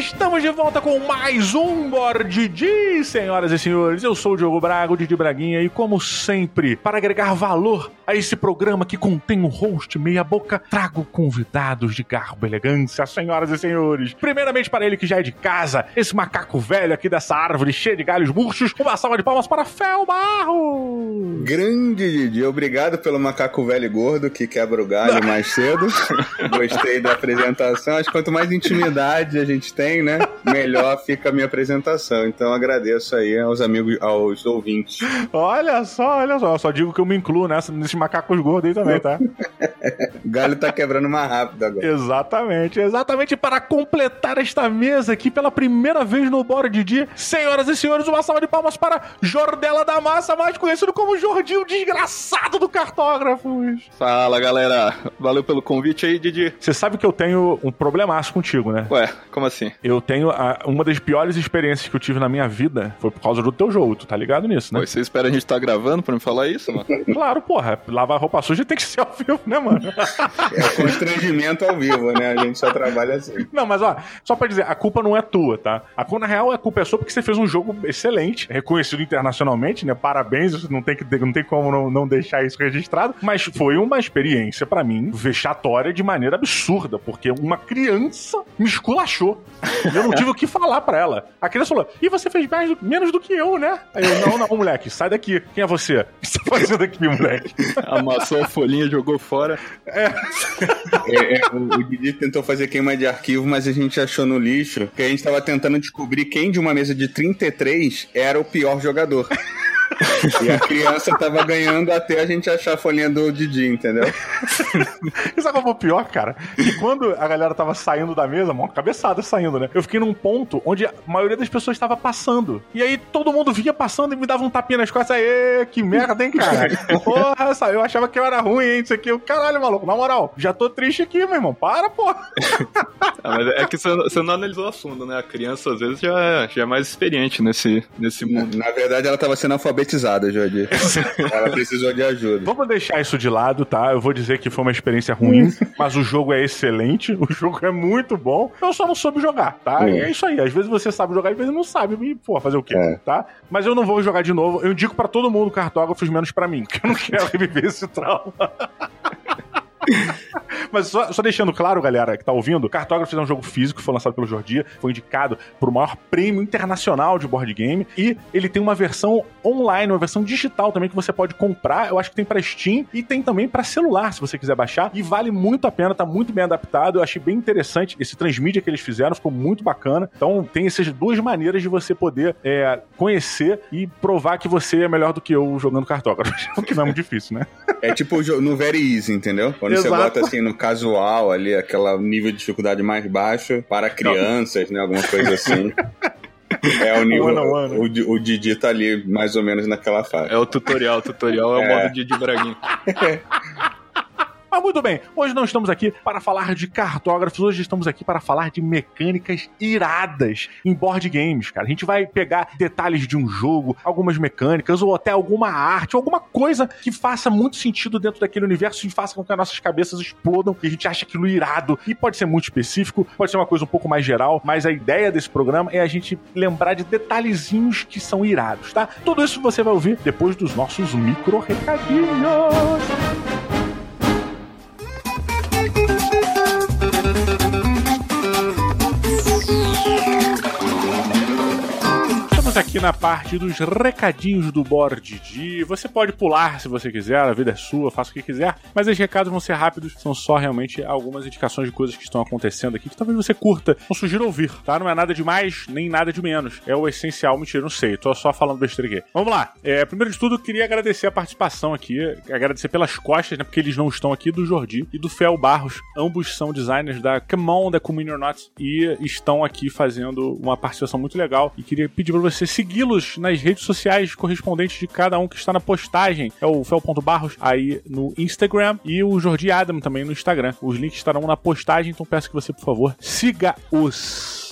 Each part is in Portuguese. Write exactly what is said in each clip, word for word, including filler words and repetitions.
Estamos de volta com mais um Board D, senhoras e senhores. Eu sou o Diogo Braga, o Didi Braguinha, e como sempre, para agregar valor a esse programa que contém um host meia boca, trago convidados de garbo e elegância, senhoras e senhores. Primeiramente para ele que já é de casa, esse macaco velho aqui dessa árvore cheia de galhos murchos, uma salva de palmas para Fel Barros. Grande Didi, obrigado pelo macaco velho e gordo que quebra o galho mais cedo. Gostei da apresentação. Acho que quanto mais intimidade a gente tem, né, melhor fica a minha apresentação. Então agradeço aí aos amigos, aos ouvintes. Olha só, olha só. Eu só digo que eu me incluo nessa, nesses macacos gordos aí também, tá? O galho tá quebrando mais rápido agora. Exatamente, exatamente. Para completar esta mesa aqui pela primeira vez no Board D, senhoras e senhores, uma salva de palmas para Jordela da Massa, mais conhecido como Jordinho Desgraçado do Cartógrafos. Fala, galera. Valeu pelo convite aí, Didi. Você sabe que eu tenho um problemaço contigo, né? Ué, como assim? Eu tenho a, uma das piores experiências que eu tive na minha vida foi por causa do teu jogo. Tu tá ligado nisso, né? Pô, você espera a gente tá gravando pra me falar isso, mano? Claro, porra. Lavar roupa suja tem que ser ao vivo, né, mano? É constrangimento ao vivo, né? A gente só trabalha assim. Não, mas ó, só pra dizer, a culpa não é tua, tá? A culpa, na real, a culpa é sua porque você fez um jogo excelente, reconhecido internacionalmente, né? Parabéns, não tem, que, não tem como não, não deixar isso registrado, mas foi uma experiência, pra mim, vexatória de maneira absurda, porque uma criança me esculachou. E eu não tive o que falar pra ela. A criança falou, e você fez mais do, menos do que eu, né? Aí eu, não, não, moleque, sai daqui. Quem é você? O que você tá fazendo aqui, moleque? Amassou a folhinha, jogou fora. É. é, é o, o Didi tentou fazer queima de arquivo, mas a gente achou no lixo que a gente tava tentando descobrir quem de uma mesa de trinta e três era o pior jogador. E a criança tava ganhando até a gente achar a folhinha do Didi, entendeu? E sabe qual foi o pior, cara? Que quando a galera tava saindo da mesa, uma cabeçada saindo, né? Eu fiquei num ponto onde a maioria das pessoas estava passando. E aí todo mundo vinha passando e me dava um tapinha nas costas. Aê, que merda, hein, cara? Porra, sabe? Eu achava que eu era ruim, hein? Isso aqui. Eu, caralho, maluco. Na moral, já tô triste aqui, meu irmão. Para, porra. Ah, mas é que você, você não analisou a fundo, né? A criança, às vezes, já, já é mais experiente nesse, nesse mundo. Na, na verdade, ela tava sendo alfabetizada, Jordi. Ela precisou de ajuda. Vamos deixar isso de lado, tá? Eu vou dizer que foi uma experiência ruim, mas o jogo é excelente, o jogo é muito bom. Eu só não soube jogar, tá? E é isso aí. Às vezes você sabe jogar, às vezes não sabe. E, pô, fazer o quê, é. Tá? Mas eu não vou jogar de novo. Eu indico pra todo mundo cartógrafos, menos pra mim, que eu não quero reviver esse trauma. Mas só, só deixando claro, galera, que tá ouvindo, Cartógrafos é um jogo físico, foi lançado pelo Jordi, foi indicado pro maior prêmio internacional de board game, e ele tem uma versão online, uma versão digital também que você pode comprar. Eu acho que tem pra Steam e tem também pra celular, se você quiser baixar, e vale muito a pena, tá muito bem adaptado. Eu achei bem interessante esse transmídia que eles fizeram, ficou muito bacana. Então tem essas duas maneiras de você poder é, conhecer e provar que você é melhor do que eu jogando Cartógrafos, o que não é muito difícil, né? É tipo no Very Easy, entendeu? Quando Exato. Você bota assim no casual ali, aquele nível de dificuldade mais baixo para crianças, não. Né? Alguma coisa assim. É o nível. One one. O, o Didi tá ali mais ou menos naquela fase. É o tutorial, o tutorial é, é o modo Didi Braguinha. Mas muito bem, hoje não estamos aqui para falar de cartógrafos, hoje estamos aqui para falar de mecânicas iradas em board games, cara. A gente vai pegar detalhes de um jogo, algumas mecânicas, ou até alguma arte, ou alguma coisa que faça muito sentido dentro daquele universo e faça com que as nossas cabeças explodam e a gente acha aquilo irado. E pode ser muito específico, pode ser uma coisa um pouco mais geral, mas a ideia desse programa é a gente lembrar de detalhezinhos que são irados, tá? Tudo isso você vai ouvir depois dos nossos micro recadinhos. Aqui na parte dos recadinhos do Board D. Você pode pular se você quiser, a vida é sua, faça o que quiser, mas os recados vão ser rápidos, são só realmente algumas indicações de coisas que estão acontecendo aqui que talvez você curta. Não sugiro ouvir, tá? Não é nada de mais, nem nada de menos. É o essencial, mentira, não sei, tô só falando besteira aqui. Vamos lá. É, primeiro de tudo, eu queria agradecer a participação aqui, agradecer pelas costas, né, porque eles não estão aqui, do Jordi e do Fel Barros. Ambos são designers da Come On, da Come In or Not, e estão aqui fazendo uma participação muito legal. E queria pedir pra você segui-los nas redes sociais correspondentes de cada um que está na postagem. É o fel.barros aí no Instagram e o Jordi Adam também no Instagram. Os links estarão na postagem, então peço que você, por favor, siga-os.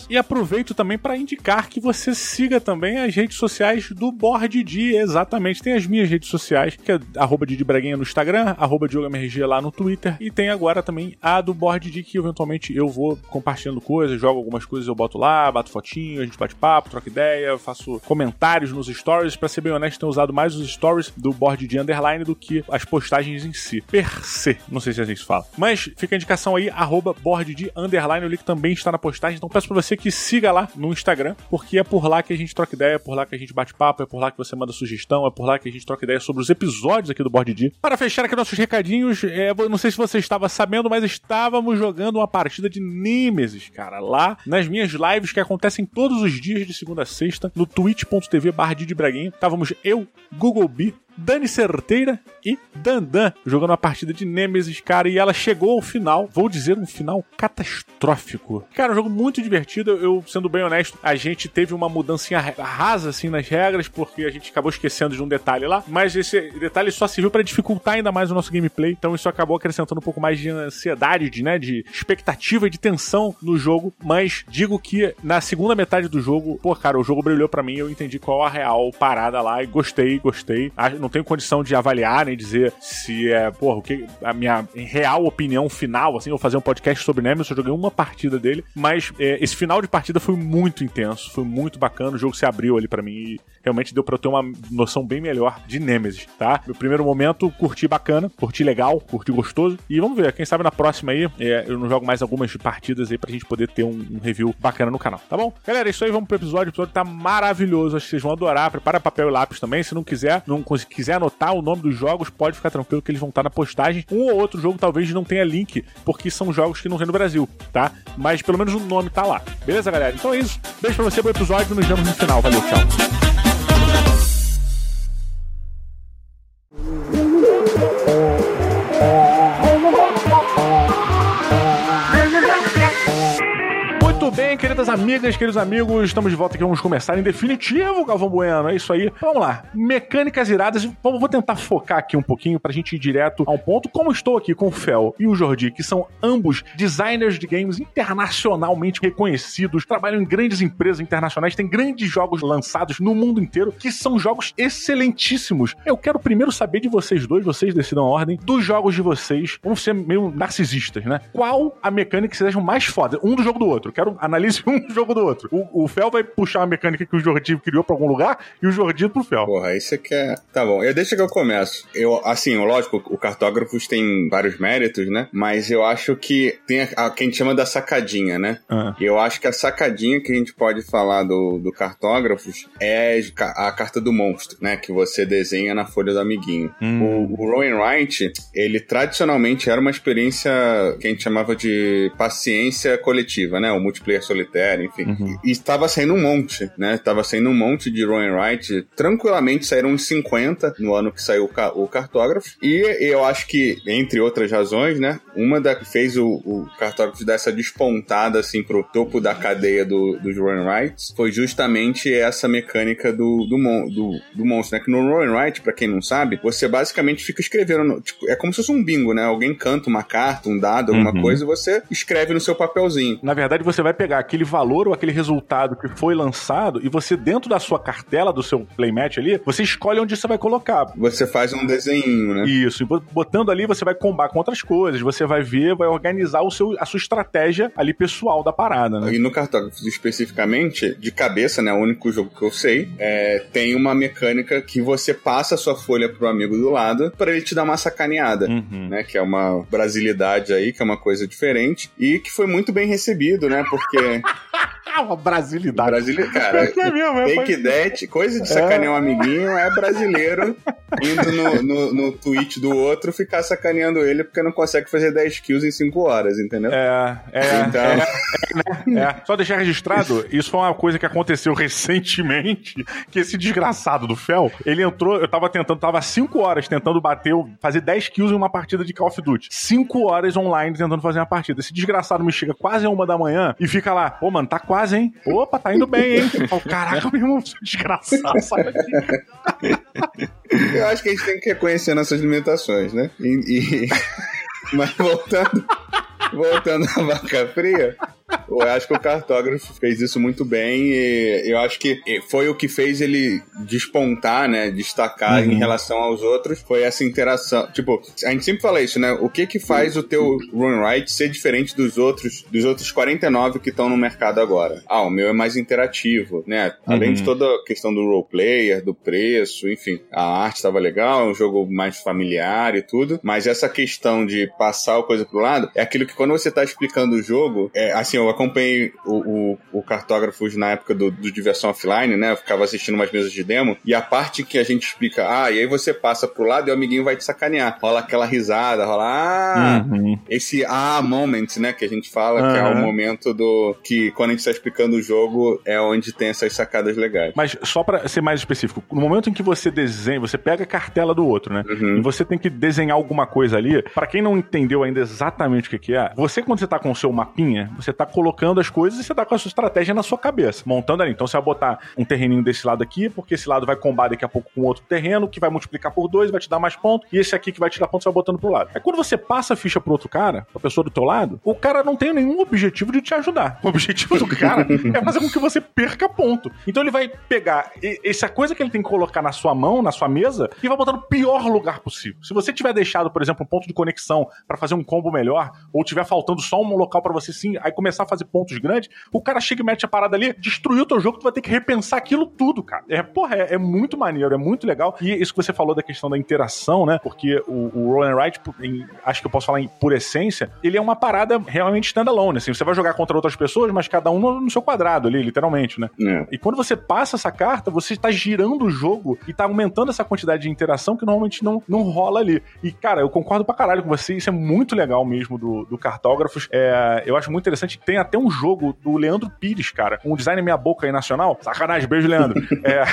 News. E aproveito também para indicar que você siga também as redes sociais do Board D, exatamente. Tem as minhas redes sociais, que é arroba Didi Braguinha no Instagram, arroba Diogo M R G lá no Twitter, e tem agora também a do Board D, que eventualmente eu vou compartilhando coisas, jogo algumas coisas, eu boto lá, bato fotinho, a gente bate papo, troca ideia, faço comentários nos stories. Pra ser bem honesto, tenho usado mais os stories do Board D Underline do que as postagens em si. Per se, não sei se a gente fala. Mas fica a indicação aí, arroba Board D Underline, o link também está na postagem, então peço pra você que siga lá no Instagram, porque é por lá que a gente troca ideia, é por lá que a gente bate papo, é por lá que você manda sugestão, é por lá que a gente troca ideia sobre os episódios aqui do Board D. Para fechar aqui nossos recadinhos, é, eu não sei se você estava sabendo, mas estávamos jogando uma partida de Nemesis, cara, lá nas minhas lives que acontecem todos os dias de segunda a sexta no twitch ponto tv barra Didi Braguinha. Estávamos eu, Google B, Dani Certeira e Dandan jogando uma partida de Nemesis, cara, e ela chegou ao final, vou dizer, um final catastrófico. Cara, um jogo muito divertido, eu, sendo bem honesto, a gente teve uma mudancinha rasa, assim, nas regras, porque a gente acabou esquecendo de um detalhe lá, mas esse detalhe só serviu pra dificultar ainda mais o nosso gameplay, então isso acabou acrescentando um pouco mais de ansiedade, de, né, de expectativa e de tensão no jogo, mas digo que na segunda metade do jogo, pô, cara, o jogo brilhou pra mim, eu entendi qual a real parada lá e gostei, gostei. Não tenho condição de avaliar nem dizer se é, porra, o que a minha real opinião final, assim, eu fazer um podcast sobre Nemesis, eu joguei uma partida dele, mas é, esse final de partida foi muito intenso, foi muito bacana, o jogo se abriu ali pra mim e realmente deu pra eu ter uma noção bem melhor de Nemesis, tá? Meu primeiro momento, curti bacana, curti legal, curti gostoso, e vamos ver, quem sabe na próxima aí, é, eu não jogo mais algumas partidas aí pra gente poder ter um, um review bacana no canal, tá bom? Galera, é isso aí, vamos pro episódio, o episódio tá maravilhoso, acho que vocês vão adorar, prepara papel e lápis também, se não quiser, não conseguir quiser anotar o nome dos jogos, pode ficar tranquilo que eles vão estar na postagem. Um ou outro jogo talvez não tenha link, porque são jogos que não tem no Brasil, tá? Mas pelo menos o nome tá lá. Beleza, galera? Então é isso. Beijo pra você, bom episódio, nos vemos no final. Valeu, tchau. Muito bem, queridas amigas, queridos amigos, estamos de volta aqui, vamos começar em definitivo, Galvão Bueno, é isso aí. Vamos lá, mecânicas iradas, vamos, vou tentar focar aqui um pouquinho pra gente ir direto a um ponto, como estou aqui com o Fel e o Jordi, que são ambos designers de games internacionalmente reconhecidos, trabalham em grandes empresas internacionais, têm grandes jogos lançados no mundo inteiro, que são jogos excelentíssimos. Eu quero primeiro saber de vocês dois, vocês decidam a ordem, dos jogos de vocês, vamos ser meio narcisistas, né? Qual a mecânica que vocês acham mais foda? Um do jogo do outro, quero analise um jogo do outro. O, o Fel vai puxar a mecânica que o Jordi criou pra algum lugar e o Jordi pro Fel. Porra, aí você quer... Tá bom, eu, deixa que eu começo. Eu, assim, lógico, o Cartógrafos tem vários méritos, né? Mas eu acho que tem a, a que a gente chama da sacadinha, né? Ah. E eu acho que a sacadinha que a gente pode falar do, do Cartógrafos é a carta do monstro, né? Que você desenha na folha do amiguinho. Hum. O, o Rowan Wright, ele tradicionalmente era uma experiência que a gente chamava de paciência coletiva, né? O multiplayer solitário, enfim. Uhum. E estava saindo um monte, né? Estava saindo um monte de Rowan Wright. Tranquilamente saíram uns cinquenta no ano que saiu o, o Cartógrafo. E eu acho que, entre outras razões, né? Uma da que fez o, o Cartógrafo dar essa despontada, assim, pro topo da cadeia do, dos Rowan Wrights foi justamente essa mecânica do, do, mon, do, do monstro, né? Que no Rowan Wright, pra quem não sabe, você basicamente fica escrevendo, no, tipo, é como se fosse um bingo, né? Alguém canta uma carta, um dado, alguma uhum. coisa, e você escreve no seu papelzinho. Na verdade, você vai pegar aquele valor ou aquele resultado que foi lançado e você, dentro da sua cartela, do seu playmat ali, você escolhe onde você vai colocar. Você faz um desenho, né? Isso, e botando ali você vai combar com outras coisas, você vai ver, vai organizar o seu, a sua estratégia ali pessoal da parada, né? E no Cartógrafos especificamente, de cabeça, né, o único jogo que eu sei, é, tem uma mecânica que você passa a sua folha pro amigo do lado pra ele te dar uma sacaneada, uhum. né, que é uma brasilidade aí, que é uma coisa diferente, e que foi muito bem recebido, né, porque... uma brasilidade. Brasili... Cara, é mesmo, take that, coisa de sacanear é. um amiguinho é brasileiro indo no, no, no tweet do outro ficar sacaneando ele porque não consegue fazer dez kills em cinco horas, entendeu? É, é, então... é, é, é. Só deixar registrado, isso foi uma coisa que aconteceu recentemente, que esse desgraçado do Fel, ele entrou, eu tava tentando, tava cinco horas tentando bater, fazer dez kills em uma partida de Call of Duty. cinco horas online tentando fazer uma partida. Esse desgraçado me chega quase a uma da manhã e fica lá, ô mano, tá quase, hein? Opa, tá indo bem, hein? Eu falo, caraca, meu irmão, desgraçado, sai daqui. Eu acho que a gente tem que reconhecer nossas limitações, né? E, e... Mas voltando... Voltando à vaca fria, o, Eu acho que o Cartógrafo fez isso muito bem e eu acho que foi o que fez ele despontar, né, destacar uhum. em relação aos outros, foi essa interação. Tipo, a gente sempre fala isso, né, o que que faz o teu run right ser diferente dos outros, dos outros quarenta e nove que estão no mercado agora? Ah, o meu é mais interativo, né, além uhum. de toda a questão do role player, do preço, enfim, a arte estava legal, é um jogo mais familiar e tudo, mas essa questão de passar a coisa pro lado, é aquilo que quando você tá explicando o jogo, é, assim, eu acompanhei o, o, o Cartógrafos na época do, do Diversão Offline, né, eu ficava assistindo umas mesas de demo, e a parte que a gente explica, ah, e aí você passa pro lado e o amiguinho vai te sacanear, rola aquela risada, rola, ah, uhum. esse ah moment, né, que a gente fala, uhum. que é o momento do, que quando a gente tá explicando o jogo, é onde tem essas sacadas legais. Mas só pra ser mais específico, no momento em que você desenha, você pega a cartela do outro, né, uhum. e você tem que desenhar alguma coisa ali, pra quem não entendeu ainda exatamente o que que é, você quando você tá com o seu mapinha, você tá colocando as coisas e você tá com a sua estratégia na sua cabeça, montando ali. Então você vai botar um terreninho desse lado aqui, porque esse lado vai combar daqui a pouco com outro terreno, que vai multiplicar por dois, vai te dar mais pontos, e esse aqui que vai tirar pontos, você vai botando pro lado. Aí quando você passa a ficha pro outro cara, pra pessoa do teu lado, o cara não tem nenhum objetivo de te ajudar. O objetivo do cara é fazer com que você perca ponto. Então ele vai pegar essa coisa que ele tem que colocar na sua mão, na sua mesa, e vai botar no pior lugar possível. Se você tiver deixado, por exemplo, um ponto de conexão pra fazer um combo melhor, ou tiver faltando só um local pra você sim, aí começar a fazer pontos grandes, o cara chega e mete a parada ali, destruiu o teu jogo, tu vai ter que repensar aquilo tudo, cara. É, porra, é, é muito maneiro, é muito legal. E isso que você falou da questão da interação, né? Porque o, o Roll and Write, em, acho que eu posso falar em, por essência, ele é uma parada realmente standalone, assim, você vai jogar contra outras pessoas, mas cada um no, no seu quadrado ali, literalmente, né? É. E quando você passa essa carta, você tá girando o jogo e tá aumentando essa quantidade de interação que normalmente não, não rola ali. E, cara, eu concordo pra caralho com você, isso é muito legal mesmo do, do Cartógrafos. É, eu acho muito interessante, tem até um jogo do Leandro Pires, cara, um design meia boca aí nacional. Sacanagem, beijo, Leandro. É...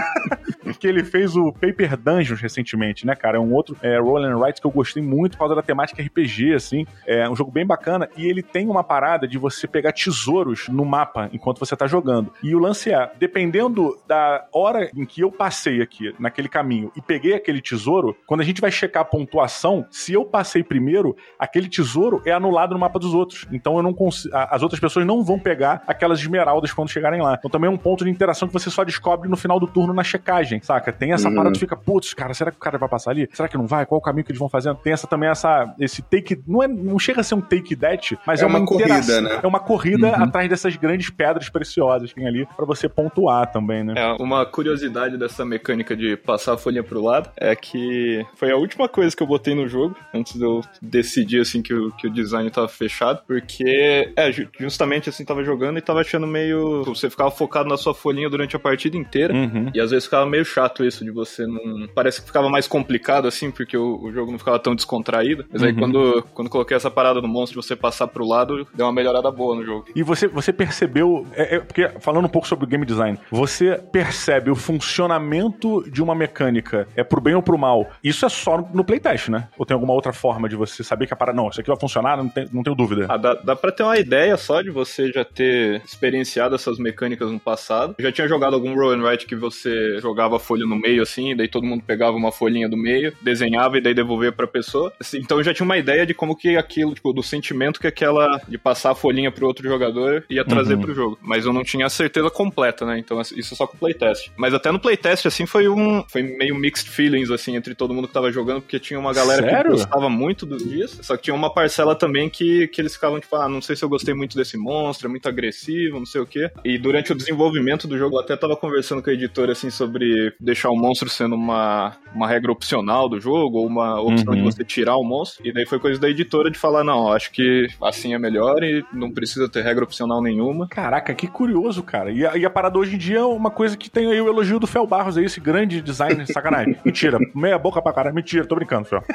que ele fez o Paper Dungeons recentemente, né, cara? É um outro é, Roll and Write que eu gostei muito por causa da temática R P G, assim. É um jogo bem bacana e ele tem uma parada de você pegar tesouros no mapa enquanto você tá jogando. E o lance é, dependendo da hora em que eu passei aqui, naquele caminho, e peguei aquele tesouro, quando a gente vai checar a pontuação, se eu passei primeiro, aquele tesouro é anulado no mapa dos outros. Então eu não consigo, as outras pessoas não vão pegar aquelas esmeraldas quando chegarem lá. Então também é um ponto de interação que você só descobre no final do turno na checagem, saca? Tem essa uhum. parada, fica, putz, cara, será que o cara vai passar ali? Será que não vai? Qual o caminho que eles vão fazendo? Tem essa também, essa, esse take, não, é, não chega a ser um take that, mas é, é uma, uma corrida, né? É uma corrida uhum. atrás dessas grandes pedras preciosas que tem ali pra você pontuar também, né? É, uma curiosidade dessa mecânica de passar a folhinha pro lado é que foi a última coisa que eu botei no jogo, antes de eu decidir, assim, que o, que o design tava fechado, porque, é, justamente, assim, tava jogando e tava achando meio... Você ficava focado na sua folhinha durante a partida inteira, uhum. e às vezes ficava meio chato isso de você não... Parece que ficava mais complicado, assim, porque o, o jogo não ficava tão descontraído, mas uhum. aí quando, quando coloquei essa parada no monstro de você passar pro lado, deu uma melhorada boa no jogo. E você, você percebeu, é, é, porque falando um pouco sobre o game design, você percebe o funcionamento de uma mecânica, é pro bem ou pro mal, isso é só no, no playtest, né? Ou tem alguma outra forma de você saber que a parada, não, isso aqui vai funcionar, não, tem, não tenho dúvida. Ah, dá, dá pra ter uma ideia só de você já ter experienciado essas mecânicas no passado. Eu já tinha jogado algum roll and write que você jogava a folha no meio, assim, e daí todo mundo pegava uma folhinha do meio, desenhava e daí devolvia pra pessoa. Assim, então eu já tinha uma ideia de como que aquilo, tipo, do sentimento que aquela, de passar a folhinha pro outro jogador ia trazer uhum. pro jogo. Mas eu não tinha a certeza completa, né? Então isso é só com o playtest. Mas até no playtest, assim, foi um, foi meio mixed feelings, assim, entre todo mundo que tava jogando, porque tinha uma galera Sério? que gostava muito dos dias, só que tinha uma parcela também que, que eles ficavam, tipo, ah, não sei se eu gostei muito desse monstro, é muito agressivo, não sei o quê. E durante o desenvolvimento do jogo, eu até tava conversando com a editora, assim, sobre deixar o monstro sendo uma, uma regra opcional do jogo, ou uma opção uhum. de você tirar o monstro. E daí foi coisa da editora de falar, não, acho que assim é melhor e não precisa ter regra opcional nenhuma. Caraca, que curioso, cara. E a, e a parada hoje em dia é uma coisa que tem aí o elogio do Fel Barros aí, esse grande design, sacanagem. Mentira, meia boca pra caralho. Mentira, tô brincando, Fel.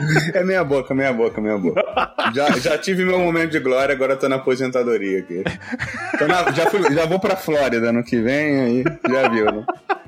É meia boca, meia boca, meia boca. Já, já tive meu momento de glória, agora tô na aposentadoria aqui. Tô na, já, fui, já vou pra Flórida ano que vem, aí já viu, né?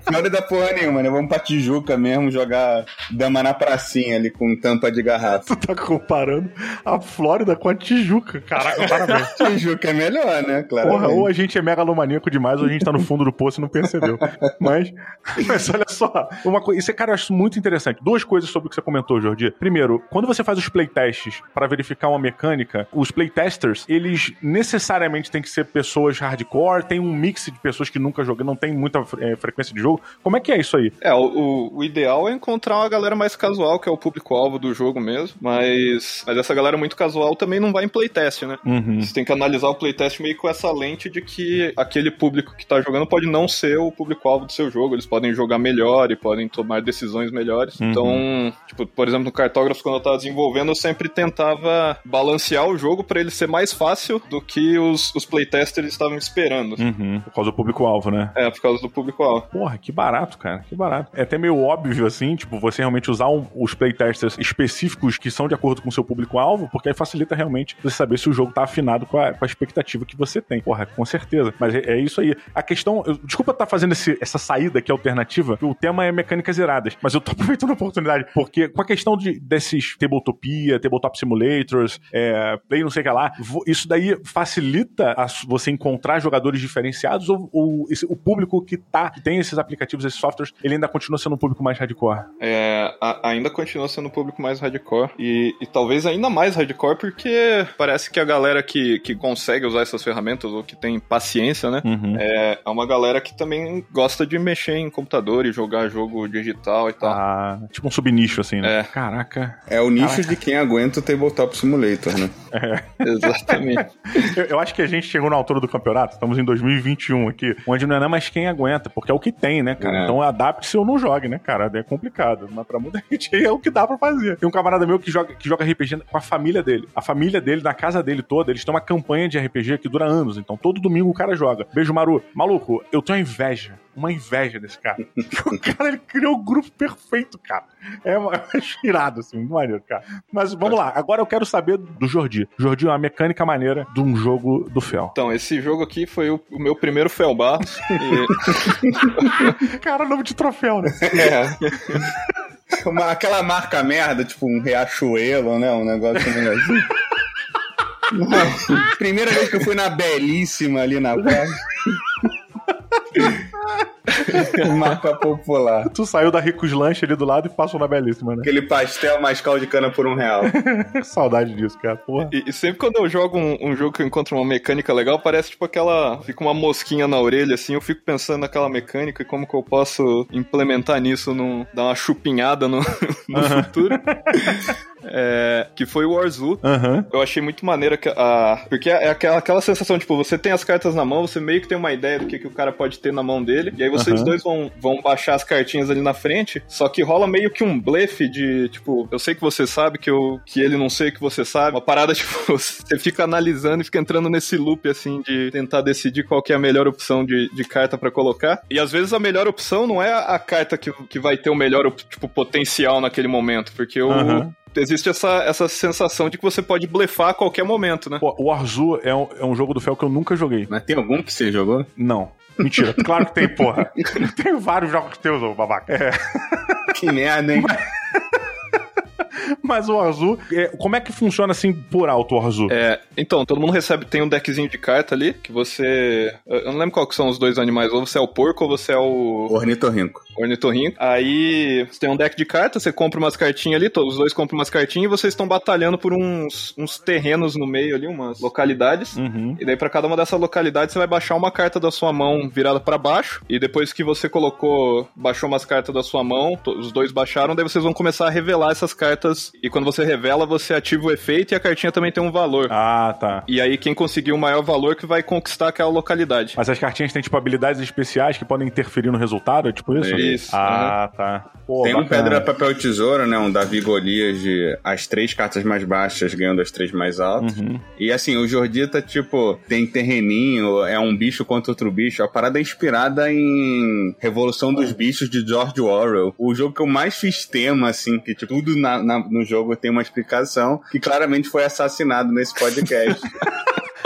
Flórida porra nenhuma, né? Vamos pra Tijuca mesmo, jogar dama na pracinha ali com tampa de garrafa. Tu tá comparando a Flórida com a Tijuca. Caraca, parabéns. Tijuca é melhor, né? Claro. Porra, ou a gente é megalomaníaco demais, ou a gente tá no fundo do poço e não percebeu. Mas, mas olha só, uma coisa, isso, cara, eu acho muito interessante. Duas coisas sobre o que você comentou, Jordi. Primeiro, quando você faz os playtests pra verificar uma mecânica, os playtesters, eles necessariamente têm que ser pessoas hardcore, tem um mix de pessoas que nunca jogam, não tem muita é, frequência de jogo. Como é que é isso aí? É, o, o ideal é encontrar uma galera mais casual, que é o público-alvo do jogo mesmo, mas, mas essa galera muito casual também não vai em playtest, né? Uhum. Você tem que analisar o playtest meio com essa lente de que aquele público que tá jogando pode não ser o público-alvo do seu jogo, eles podem jogar melhor e podem tomar decisões melhores. Uhum. Então, tipo, por exemplo, no Cartógrafos, quando eu tava desenvolvendo, eu sempre tentava balancear o jogo pra ele ser mais fácil do que os, os playtesters estavam esperando. Uhum. Por causa do público-alvo, né? É, por causa do público-alvo. Porra, que barato, cara, que barato. É até meio óbvio, assim, tipo, você realmente usar um, os playtesters específicos que são de acordo com o seu público-alvo, porque aí facilita realmente você saber se o jogo tá afinado com a, com a expectativa que você tem. Porra, com certeza. Mas é, é isso aí. A questão... Eu, desculpa estar tá fazendo esse, essa saída aqui alternativa, que o tema é mecânicas zeradas, mas eu tô aproveitando a oportunidade, porque com a questão de, desses Tabletopia, Tabletop Simulators, é, Play não sei o que lá, isso daí facilita a, você encontrar jogadores diferenciados ou, ou esse, o público que, tá, que tem esses aplicativos, esses softwares, ele ainda continua sendo um público mais hardcore? É, a, ainda continua sendo um público mais hardcore e, e talvez ainda mais hardcore porque parece que a galera que, que consegue usar essas ferramentas ou que tem paciência, né, uhum. é, é uma galera que também gosta de mexer em computador e jogar jogo digital e tal. Ah, tipo um subnicho assim, né? É. Caraca. É o nicho Caraca. de quem aguenta o Tabletop Simulator, né? É. Exatamente. eu, eu acho que a gente chegou na altura do campeonato, estamos em dois mil e vinte e um aqui, onde não é mais quem aguenta, porque é o que tem, né, cara? É. Então adapte-se ou não jogue, né, cara? É complicado, mas pra muita gente é o que dá pra fazer. Tem um camarada meu que joga, que joga R P G com a família dele. A família dele, na casa dele toda, eles têm uma campanha de R P G que dura anos, então todo domingo o cara joga. Beijo, Maru. Maluco, eu tenho inveja. Uma inveja desse cara. O cara, ele criou o grupo perfeito, cara. É, uma, é irado, assim, muito maneiro, cara. Mas vamos lá, agora eu quero saber do Jordi. Jordi, uma mecânica maneira de um jogo do Fel. Então, esse jogo aqui foi o, o meu primeiro Felbaço. e... Cara, nome de troféu, né? É. Uma, aquela marca merda, tipo um Riachuelo, né? Um negócio meio assim. Primeira vez que eu fui na Belíssima ali na praia. Marca popular. Tu saiu da Ricos Lanche ali do lado e passou na Belíssima, né? Aquele pastel mais caldo de cana por um real. Saudade disso, cara. Porra. E, e sempre quando eu jogo um, um jogo que eu encontro uma mecânica legal, parece tipo aquela... Fica uma mosquinha na orelha, assim. Eu fico pensando naquela mecânica e como que eu posso implementar nisso, num, dar uma chupinhada no, no uhum. futuro. É, que foi o Warzoo. Uhum. Eu achei muito maneiro que a, porque é aquela, aquela sensação, tipo, você tem as cartas na mão, você meio que tem uma ideia do que, que o cara pode ter na mão dele, e aí vocês uhum. dois vão, vão baixar as cartinhas ali na frente, só que rola meio que um blefe de, tipo, eu sei que você sabe que, eu, que ele não sei que você sabe, uma parada, tipo, você fica analisando e fica entrando nesse loop, assim, de tentar decidir qual que é a melhor opção de, de carta pra colocar, e às vezes a melhor opção não é a, a carta que, que vai ter o melhor, tipo, potencial naquele momento, porque o... Uhum. Existe essa, essa sensação de que você pode blefar a qualquer momento, né? O Warzoo é um, é um jogo do Fel que eu nunca joguei. Mas tem algum que você jogou? Não. Mentira. Claro que tem, porra. Tem vários jogos teus, ô babaca. É. Que merda, hein? Mas o Warzoo, é, como é que funciona assim por alto o Warzoo? É, então, todo mundo recebe, tem um deckzinho de carta ali, que você... Eu não lembro qual que são os dois animais, ou você é o porco ou você é o... Ornitorrinco. Ornitorrinco. Aí você tem um deck de cartas, você compra umas cartinhas ali, todos os dois compram umas cartinhas e vocês estão batalhando por uns, uns terrenos no meio ali, umas localidades. Uhum. E daí pra cada uma dessas localidades você vai baixar uma carta da sua mão virada pra baixo, e depois que você colocou, baixou umas cartas da sua mão, os dois baixaram, daí vocês vão começar a revelar essas cartas, e quando você revela, você ativa o efeito e a cartinha também tem um valor. Ah, tá. E aí quem conseguir o maior valor que vai conquistar aquela localidade. Mas as cartinhas têm, tipo, habilidades especiais que podem interferir no resultado? É tipo isso? Isso. Ah, uhum. tá. Pô, tem bacana. um Pedra, Papel, Tesoura, né? Um Davi Golias de as três cartas mais baixas ganhando as três mais altas. Uhum. E assim, o Jordita, tipo, tem terreninho, é um bicho contra outro bicho. A parada é inspirada em Revolução dos Bichos de George Orwell. O jogo que eu mais fiz tema, assim, que tipo, tudo na, na, no jogo tem uma explicação, que claramente foi assassinado nesse podcast.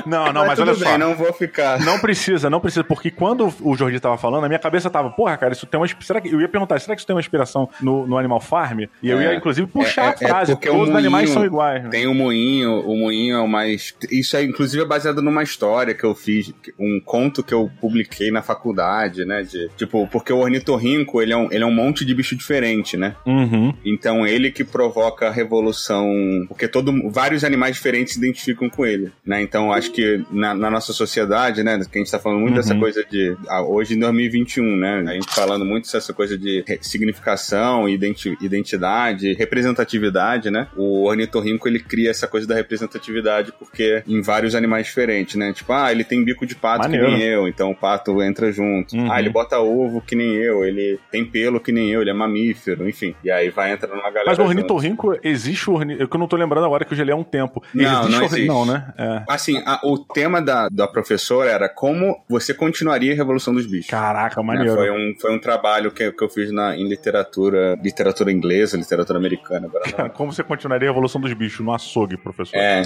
Não, não, mas, mas olha bem, só. Não vou ficar. Não precisa, não precisa, porque quando o Jordi tava falando, a minha cabeça tava, porra, cara, isso tem uma. Será que. Eu ia perguntar, será que isso tem uma inspiração no, no Animal Farm? E eu é, ia, inclusive, puxar é, a frase. É porque todos os animais são iguais. Tem o moinho, o moinho é o mais. Isso é, inclusive, é baseado numa história que eu fiz, um conto que eu publiquei na faculdade, né? De, tipo, porque o ornitorrinco, ele é, um, ele é um monte de bicho diferente, né? Uhum. Então, ele que provoca a revolução. Porque todo, vários animais diferentes se identificam com ele, né? Então, acho que na, na nossa sociedade, né? Que a gente tá falando muito uhum. dessa coisa de. Ah, hoje, em dois mil e vinte e um, né? A gente falando muito dessa coisa de significação, identi, identidade, representatividade, né? O ornitorrinco, ele cria essa coisa da representatividade porque em vários animais diferentes, né? Tipo, ah, ele tem bico de pato Maneiro. Que nem eu, então o pato entra junto. Uhum. Ah, ele bota ovo que nem eu, ele tem pelo que nem eu, ele é mamífero, enfim. E aí vai entrando uma galera. Mas o ornitorrinco, existe o ornitorrinco, eu não tô lembrando agora que eu já li há um tempo. Não, existe não existe. Não, né? É. Assim, a, o tema da, da professora era como você continuaria a Revolução dos Bichos. Caraca, maneiro. Né? Foi, um, foi um trabalho que, que eu fiz na, em literatura, literatura inglesa, literatura americana. Agora Cara, como você continuaria a Revolução dos Bichos? No açougue, professor. É.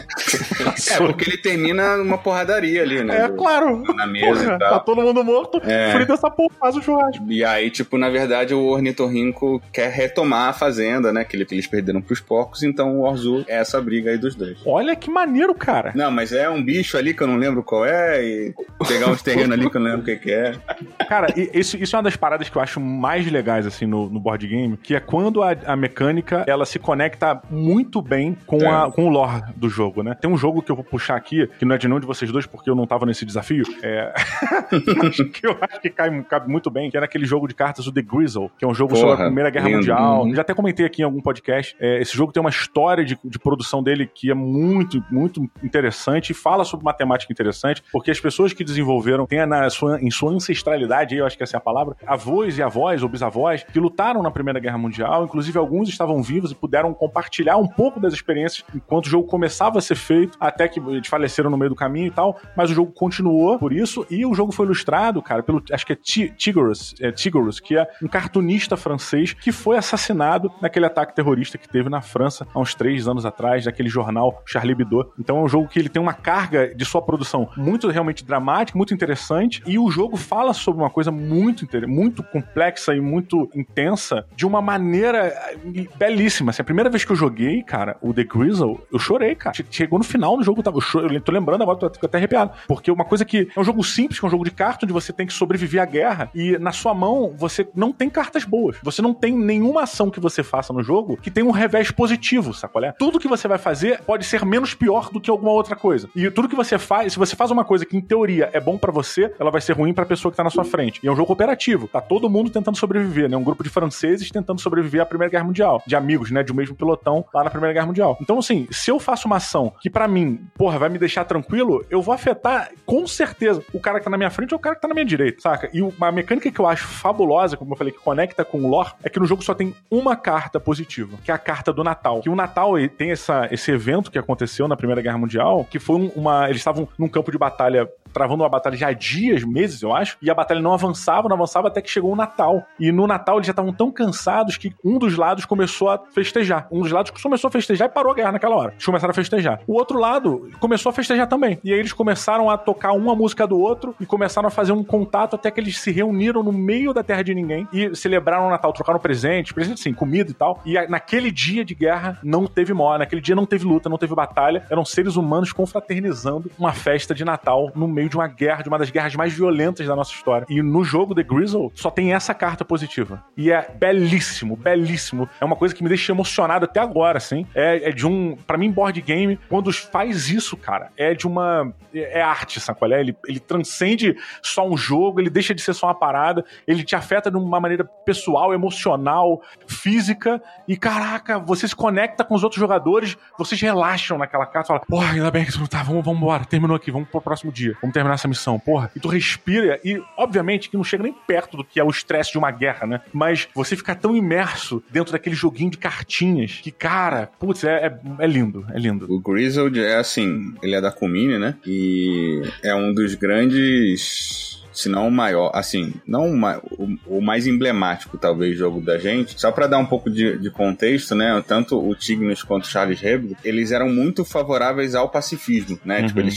É, porque ele termina numa porradaria ali, né? É, do, claro. Na mesa porra, e tal. Tá todo mundo morto, é. frita essa porra, faz o churrasco. E aí, tipo, na verdade, o ornitorrinco quer retomar a fazenda, né? Que eles perderam pros porcos, então o Orzu é essa briga aí dos dois. Olha que maneiro, cara. Não, mas é um bicho ali que eu não lembro qual é, e pegar uns terrenos ali que eu não lembro o que, que é. Cara, isso, isso é uma das paradas que eu acho mais legais, assim, no, no board game, que é quando a, a mecânica, ela se conecta muito bem com, é. a, com o lore do jogo, né? Tem um jogo que eu vou puxar aqui, que não é de nenhum de vocês dois, porque eu não tava nesse desafio, é... mas que eu acho que cai, cabe muito bem, que é naquele jogo de cartas, o The Grizzle, que é um jogo Porra, sobre a Primeira Guerra lindo. Mundial. Uhum. Já até comentei aqui em algum podcast. É, esse jogo tem uma história de, de produção dele que é muito, muito interessante e fala sobre uma temática interessante, porque as pessoas que desenvolveram têm na sua, em sua ancestralidade, eu acho que essa é a palavra, avós e avós ou bisavós que lutaram na Primeira Guerra Mundial, inclusive alguns estavam vivos e puderam compartilhar um pouco das experiências enquanto o jogo começava a ser feito, até que eles faleceram no meio do caminho e tal, mas o jogo continuou por isso, e o jogo foi ilustrado, cara, pelo, acho que é Tigorus, é Tigorus, que é um cartunista francês que foi assassinado naquele ataque terrorista que teve na França há uns três anos atrás, daquele jornal Charlie Hebdo. Então é um jogo que ele tem uma carga de sua produção muito realmente dramática, muito interessante, e o jogo fala sobre uma coisa muito, muito complexa e muito intensa, de uma maneira belíssima. Assim, a primeira vez que eu joguei, cara, o The Grizzle, eu chorei, cara. Chegou no final do jogo, eu, tava, eu, chorei, eu tô lembrando agora, tô até arrepiado. Porque uma coisa que é um jogo simples, que é um jogo de carta, onde você tem que sobreviver à guerra, e na sua mão você não tem cartas boas. Você não tem nenhuma ação que você faça no jogo que tem um revés positivo, sabe qual é? Tudo que você vai fazer pode ser menos pior do que alguma outra coisa. E tudo que você faz, se você faz uma coisa que em teoria é bom pra você, ela vai ser ruim pra pessoa que tá na sua frente. E é um jogo cooperativo. Tá todo mundo tentando sobreviver, né? Um grupo de franceses tentando sobreviver à Primeira Guerra Mundial. De amigos, né? De um mesmo pelotão lá na Primeira Guerra Mundial. Então, assim, se eu faço uma ação que pra mim, porra, vai me deixar tranquilo, eu vou afetar, com certeza, o cara que tá na minha frente ou o cara que tá na minha direita, saca? E uma mecânica que eu acho fabulosa, como eu falei, que conecta com o lore, é que no jogo só tem uma carta positiva, que é a carta do Natal. Que o Natal tem essa, esse evento que aconteceu na Primeira Guerra Mundial, que foi uma... Eles estavam num campo de batalha, travando uma batalha já há dias, meses, eu acho, e a batalha não avançava, não avançava até que chegou o Natal. E no Natal eles já estavam tão cansados que um dos lados começou a festejar. Um dos lados começou a festejar e parou a guerra naquela hora. Eles começaram a festejar. O outro lado começou a festejar também. E aí eles começaram a tocar uma música do outro e começaram a fazer um contato até que eles se reuniram no meio da terra de ninguém e celebraram o Natal, trocaram presentes, presentes sim, comida e tal. E naquele dia de guerra não teve morte, naquele dia não teve luta, não teve batalha. Eram seres humanos confraternizando uma festa de Natal no meio de uma guerra, de uma das guerras mais violentas da nossa história. E no jogo The Grizzle só tem essa carta positiva. E é belíssimo, belíssimo. É uma coisa que me deixa emocionado até agora, assim. É, é de um... Pra mim, board game, quando faz isso, cara, é de uma... É arte, sabe qual é? Ele, ele transcende só um jogo, ele deixa de ser só uma parada, ele te afeta de uma maneira pessoal, emocional, física, e caraca, você se conecta com os outros jogadores, vocês relaxam naquela carta, fala, porra, ainda bem que tu não tá, vamos, vamos embora, terminou aqui, vamos pro próximo dia, vamos terminar essa missão, porra. E tu respira, e obviamente que não chega nem perto do que é o estresse de uma guerra, né? Mas você fica tão imerso dentro daquele joguinho de cartinhas, que cara, putz, é, é, é lindo, é lindo. O Grizzled é assim, ele é da Kumine, né? E é um dos grandes... se não o maior, assim, não o, ma- o, o mais emblemático, talvez, jogo da gente. Só pra dar um pouco de, de contexto, né, tanto o Tignes quanto o Charles Hebdo, eles eram muito favoráveis ao pacifismo, né, uhum. Tipo, eles tinham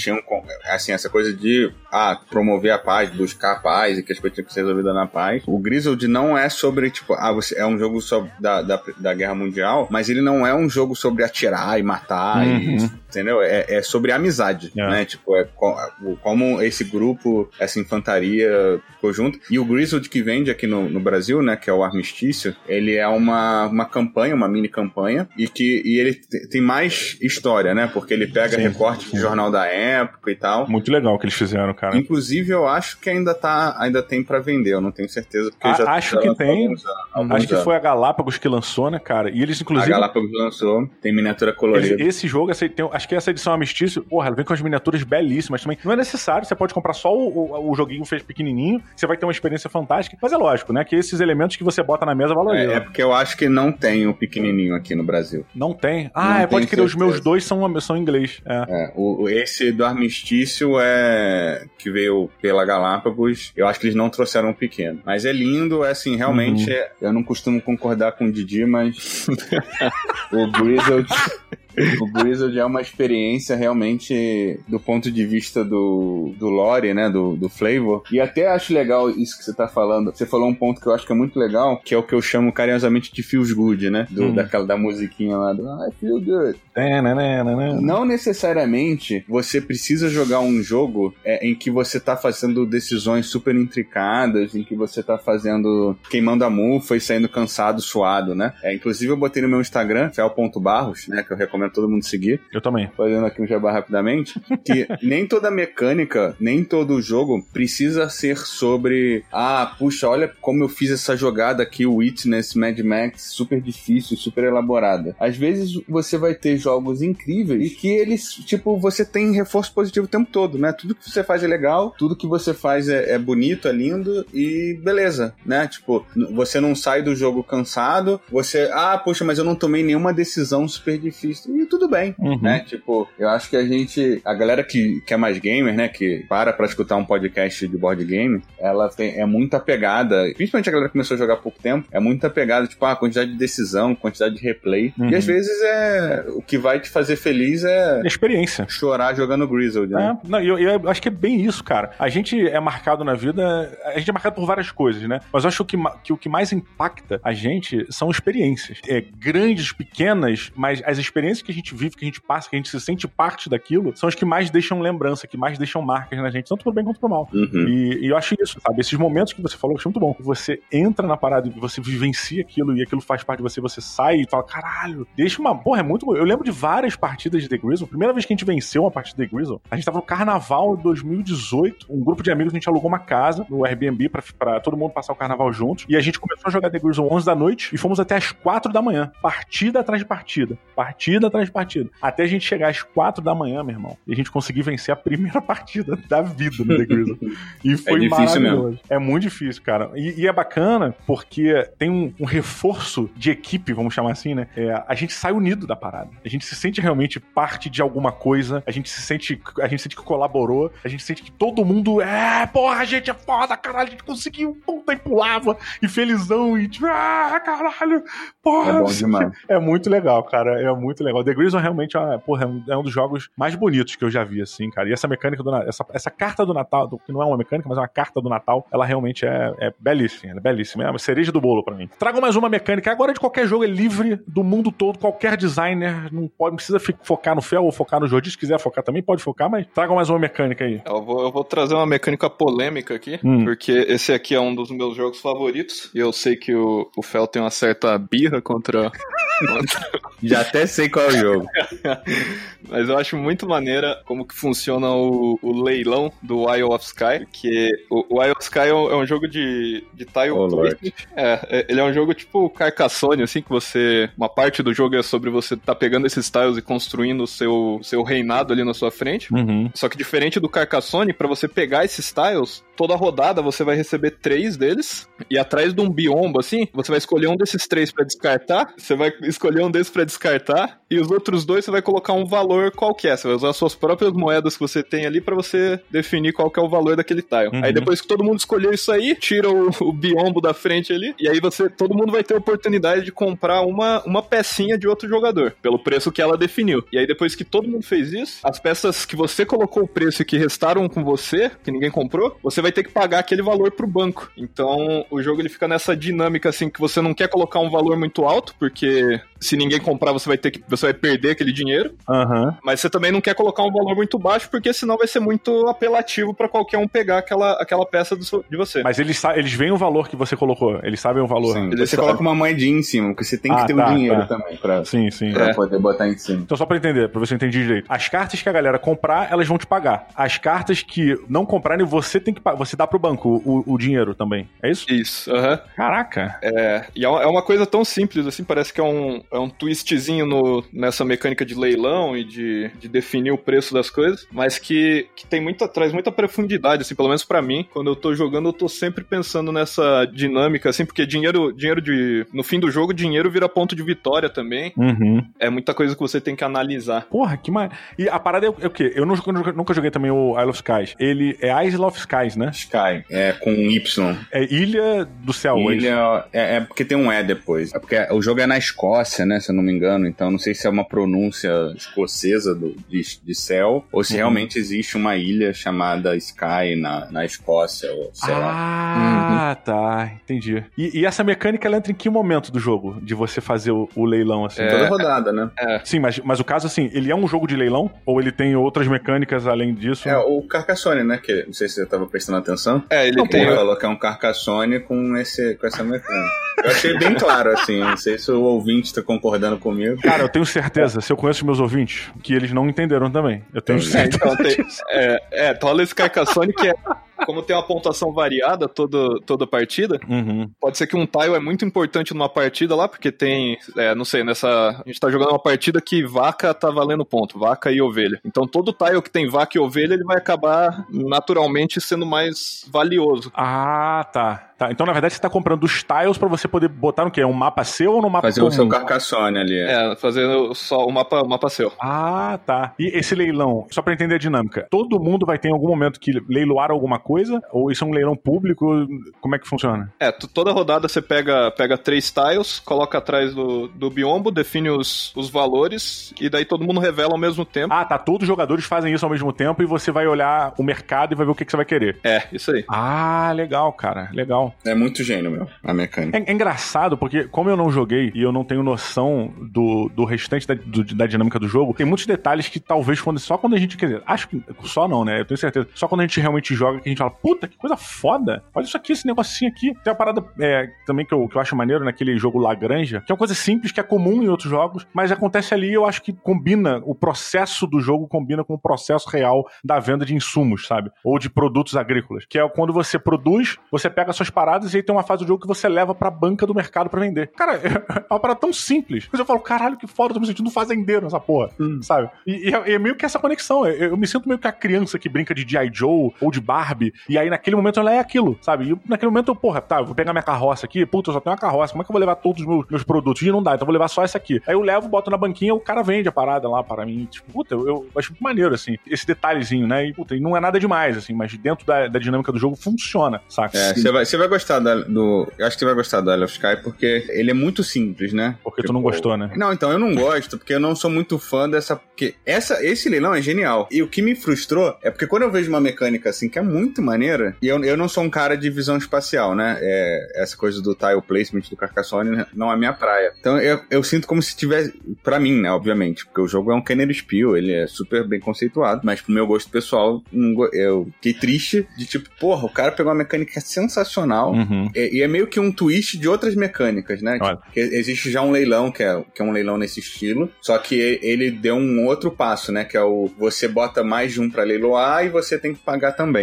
assim, essa coisa de ah, promover a paz, buscar a paz e que as coisas tinham que ser resolvidas na paz. O Grizzled não é sobre, tipo, ah, você, é um jogo sobre, da, da, da Guerra Mundial, mas ele não é um jogo sobre atirar e matar, uhum. e, entendeu? É, é sobre amizade, é. né? Tipo, é co- como esse grupo, essa infantaria ficou junto. E o Grizzled que vende aqui no, no Brasil, né, que é o Armistício, ele é uma, uma campanha, uma mini campanha, e que e ele t- tem mais história, né? Porque ele pega recortes de jornal da época e tal. Muito legal o que eles fizeram, cara. Inclusive, eu acho que ainda, tá, ainda tem pra vender, eu não tenho certeza. Porque a, já acho que tem. Alguns, alguns acho que foi a Galápagos que lançou, né, cara? E eles, inclusive... A Galápagos lançou, tem miniatura colorida. Esse, esse jogo, essa, tem, acho que essa edição Armistício, porra, ela vem com as miniaturas belíssimas também. Não é necessário, você pode comprar só o, o, o joguinho fez pequenininho, você vai ter uma experiência fantástica. Mas é lógico, né, que esses elementos que você bota na mesa valorizam. É, é porque eu acho que não tem o pequenininho aqui no Brasil. Não tem? Ah, não é, pode crer, os meus dois são, são em inglês. É. É, o, esse do Armistício é que veio pela Galápagos, eu acho que eles não trouxeram um pequeno. Mas é lindo, é assim, realmente, uhum. é, eu não costumo concordar com o Didi, mas o Grizzled... O Grizzled é uma experiência realmente do ponto de vista do, do lore, né, do, do flavor. E até acho legal isso que você tá falando. Você falou um ponto que eu acho que é muito legal, que é o que eu chamo carinhosamente de feels good, né? Do, hum. daquela, da musiquinha lá do I feel good. Não necessariamente você precisa jogar um jogo é, em que você tá fazendo decisões super intricadas, em que você tá fazendo, queimando a mufa e saindo cansado, suado, né? É, inclusive eu botei no meu Instagram, fel ponto barros, né, que eu recomendo todo mundo seguir. Eu também. Fazendo aqui um jabá rapidamente. Que nem toda mecânica, nem todo jogo precisa ser sobre ah, puxa, olha como eu fiz essa jogada aqui, o Witness, Mad Max, super difícil, super elaborada. Às vezes você vai ter jogos incríveis e que eles, tipo, você tem reforço positivo o tempo todo, né? Tudo que você faz é legal, tudo que você faz é, é bonito, é lindo e beleza, né? Tipo, você não sai do jogo cansado, você, ah, poxa, mas eu não tomei nenhuma decisão super difícil. E tudo bem, uhum. né? Tipo, eu acho que a gente, a galera que, que é mais gamer, né, que para pra escutar um podcast de board game, ela tem, é muito apegada, principalmente a galera que começou a jogar há pouco tempo, é muito apegada, tipo, a ah, quantidade de decisão, quantidade de replay. Uhum. E às vezes é, o que vai te fazer feliz é... A experiência. Chorar jogando Grizzled, né? É, não, eu, eu acho que é bem isso, cara. A gente é marcado na vida, a gente é marcado por várias coisas, né? Mas eu acho que, que o que mais impacta a gente são experiências. É, grandes, pequenas, mas as experiências que a gente vive, que a gente passa, que a gente se sente parte daquilo, são as que mais deixam lembrança, que mais deixam marcas na gente, tanto pro bem quanto pro mal. Uhum. E, e eu acho isso, sabe? Esses momentos que você falou, eu acho muito bom. Você entra na parada e você vivencia aquilo e aquilo faz parte de você, você sai e fala, caralho, deixa uma... Porra, é muito bom. Eu lembro de várias partidas de The Grizzle. Primeira vez que a gente venceu uma partida de The Grizzle, a gente tava no Carnaval de dois mil e dezoito, um grupo de amigos, a gente alugou uma casa no Airbnb pra, pra todo mundo passar o Carnaval juntos, e a gente começou a jogar The Grizzle onze da noite e fomos até as quatro da manhã. Partida atrás de partida. Partida atrás de partida. Até a gente chegar às quatro da manhã, meu irmão, e a gente conseguir vencer a primeira partida da vida no The Grizzle. E foi é difícil maravilhoso. Mesmo. É muito difícil, cara. E, e é bacana porque tem um, um reforço de equipe, vamos chamar assim, né? É, a gente sai unido da parada. A gente se sente realmente parte de alguma coisa, a gente se sente, a gente sente que colaborou, a gente sente que todo mundo é, porra, a gente é foda, caralho, a gente conseguiu, puta, e pulava, e felizão, e tipo, ah, caralho, porra. É bom demais. É muito legal, cara, é muito legal. The Grizzle realmente é, uma, porra, é, um, é um dos jogos mais bonitos que eu já vi, assim, cara. E essa mecânica do essa, essa carta do Natal, do, que não é uma mecânica, mas é uma carta do Natal, ela realmente é, é belíssima, ela é belíssima, é uma cereja do bolo pra mim. Trago mais uma mecânica, agora de qualquer jogo é livre do mundo todo, qualquer designer, não, pode, não precisa focar no Fel ou focar no Jordi, se quiser focar também, pode focar, mas traga mais uma mecânica aí. Eu vou, eu vou trazer uma mecânica polêmica aqui, hum. porque esse aqui é um dos meus jogos favoritos, e eu sei que o, o Fel tem uma certa birra contra... Já até sei qual é o jogo. Mas eu acho muito maneira como que funciona o, o leilão do Isle of Sky, que o, o Isle of Sky é um, é um jogo de, de tile oh, placement. É, ele é um jogo tipo Carcassonne, assim, que você... Uma parte do jogo é sobre você tá pegando esses tiles e construindo o seu, seu reinado ali na sua frente. Uhum. Só que diferente do Carcassonne, pra você pegar esses tiles, toda rodada você vai receber três deles, E atrás de um biombo, assim, você vai escolher um desses três pra descartar, você vai escolher um desses pra descartar, e os outros dois você vai colocar um valor qualquer. Você vai usar as suas próprias moedas que você tem ali pra você definir qual que é o valor daquele tile. Uhum. Aí depois que todo mundo escolheu isso aí, tira o, o biombo da frente ali, e aí você, todo mundo vai ter a oportunidade de comprar uma, uma pecinha de outro jogador, pelo preço que ela definiu. E aí depois que todo mundo fez isso, as peças que você colocou o preço e que restaram com você, que ninguém comprou, você vai ter que pagar aquele valor pro banco. Então o jogo ele fica nessa dinâmica assim que você não quer colocar um valor muito alto, porque se ninguém comprar você vai ter que, você vai perder aquele dinheiro. Uhum. Mas você também não quer colocar um valor muito baixo, porque senão vai ser muito apelativo pra qualquer um pegar aquela, aquela peça do, de você. Mas eles, eles veem o valor que você colocou, eles sabem o valor. Sim, você coloca uma moedinha em cima, porque você tem que ah, ter tá, um dinheiro tá. também pra, sim, sim. pra é. poder botar em cima. Então só pra entender, pra ver se eu entendi direito. As cartas que a galera comprar, elas vão te pagar. As cartas que não comprarem, você tem que você dá pro banco o, o dinheiro também. É isso? Isso, aham. Uhum. Caraca. É, e é uma coisa tão simples assim, parece que é um, é um twistzinho no, nessa mecânica de leilão e de, de definir o preço das coisas, mas que, que tem muita, traz muita profundidade, assim, pelo menos pra mim. Quando eu tô jogando, eu tô sempre pensando nessa dinâmica, assim, porque dinheiro, dinheiro de... No fim do jogo, dinheiro vira ponto de vitória também. Uhum. É muita coisa que você tem que analisar. Porra, que mais... E a parada é, é o quê? Eu, não, eu nunca joguei também o Isle of Skies. Ele é Isle of Skies, né? Sky, é com Y. É Ilha do Céu. Ilha, é, é porque tem um E depois. É porque o jogo é na Escócia, né, se eu não me engano, então não sei se é uma pronúncia escocesa do, de, de céu, ou se uhum. realmente existe uma ilha chamada Sky na, na Escócia, ou sei ah, lá. Ah, uhum. tá, entendi. E, e essa mecânica, ela entra em que momento do jogo? De você fazer o, o leilão, assim? É, toda rodada, né? É. Sim, mas, mas o caso, assim, ele é um jogo de leilão? Ou ele tem outras mecânicas além disso? É, o Carcassonne, né, que não sei se você tava prestando atenção. É, ele não, tem... Ele falou que é um Carcassonne com, esse, com essa mecânica. Eu achei bem claro, assim, não sei se o ouvinte tá concordando comigo. Cara, eu tenho certeza, se eu conheço os meus ouvintes, que eles não entenderam também. Eu tenho certeza. É, então, tem, é, é, rola esse Carcassonne que é... Como tem uma pontuação variada toda, toda partida, uhum. pode ser que um tile é muito importante numa partida lá, porque tem, é, não sei, nessa... A gente tá jogando uma partida que vaca tá valendo ponto, vaca e ovelha. Então todo tile que tem vaca e ovelha, ele vai acabar naturalmente sendo mais valioso. Ah, tá. Tá, então, na verdade, você tá comprando os tiles pra você poder botar no quê? Um mapa seu ou no mapa fazer comum? o seu Carcassonne ali. É, é fazer só o mapa, o mapa seu. Ah, tá. E esse leilão, só pra entender a dinâmica, todo mundo vai ter em algum momento que leiloar alguma coisa? Ou isso é um leilão público? Como é que funciona? É, toda rodada você pega, pega três tiles, coloca atrás do, do biombo, define os, os valores, e daí todo mundo revela ao mesmo tempo. Ah, tá. Todos os jogadores fazem isso ao mesmo tempo e você vai olhar o mercado e vai ver o que, que você vai querer. É, isso aí. Ah, legal, cara. Legal. É muito gênio, meu, a mecânica. É, é engraçado, porque como eu não joguei e eu não tenho noção do, do restante da, do, da dinâmica do jogo, tem muitos detalhes que talvez quando, só quando a gente, quer dizer, acho que só não, né? Eu tenho certeza. Só quando a gente realmente joga que a gente fala, puta, que coisa foda. Olha isso aqui, esse negocinho aqui. Tem uma parada é, também que eu, que eu acho maneiro naquele jogo Lagranja, que é uma coisa simples, que é comum em outros jogos, mas acontece ali, eu acho que combina, o processo do jogo combina com o processo real da venda de insumos, sabe? Ou de produtos agrícolas. Que é quando você produz, você pega suas paradas e aí tem uma fase do jogo que você leva pra banca do mercado pra vender. Cara, é uma parada tão simples. Mas eu falo, caralho, que foda, eu tô me sentindo um fazendeiro nessa porra, hum. sabe? E, e é, é meio que essa conexão. Eu, eu me sinto meio que a criança que brinca de G I. Joe ou de Barbie, e aí naquele momento ela é aquilo, sabe? E naquele momento eu, porra, tá, eu vou pegar minha carroça aqui, puta, eu só tenho uma carroça, como é que eu vou levar todos os meus, meus produtos? E não dá, então eu vou levar só essa aqui. Aí eu levo, boto na banquinha, o cara vende a parada lá para mim. Tipo, puta, eu, eu acho muito maneiro, assim, esse detalhezinho, né? E, puta, e não é nada demais, assim, mas dentro da, da dinâmica do jogo funciona, saca? É, você vai, você vai gostar da, do... Eu acho que você vai gostar do Isle of Sky porque ele é muito simples, né? Porque tipo, tu não gostou, né? Não, então, eu não gosto, porque eu não sou muito fã dessa... Porque essa, esse leilão é genial. E o que me frustrou é porque quando eu vejo uma mecânica assim, que é muito maneira, e eu, eu não sou um cara de visão espacial, né? É, essa coisa do tile placement do Carcassonne não é minha praia. Então eu, eu sinto como se tivesse... Pra mim, né, obviamente, porque o jogo é um Kenner Spiel, ele é super bem conceituado, mas pro meu gosto pessoal, eu fiquei triste de tipo, porra, o cara pegou uma mecânica sensacional, uhum. e, e é meio que um twist de outras mecânicas, né? Tipo, que existe já um leilão, que é, que é um leilão nesse estilo, só que ele deu um outro passo, né? Que é o você bota mais de um pra leiloar e você tem que pagar também. Porque normalmente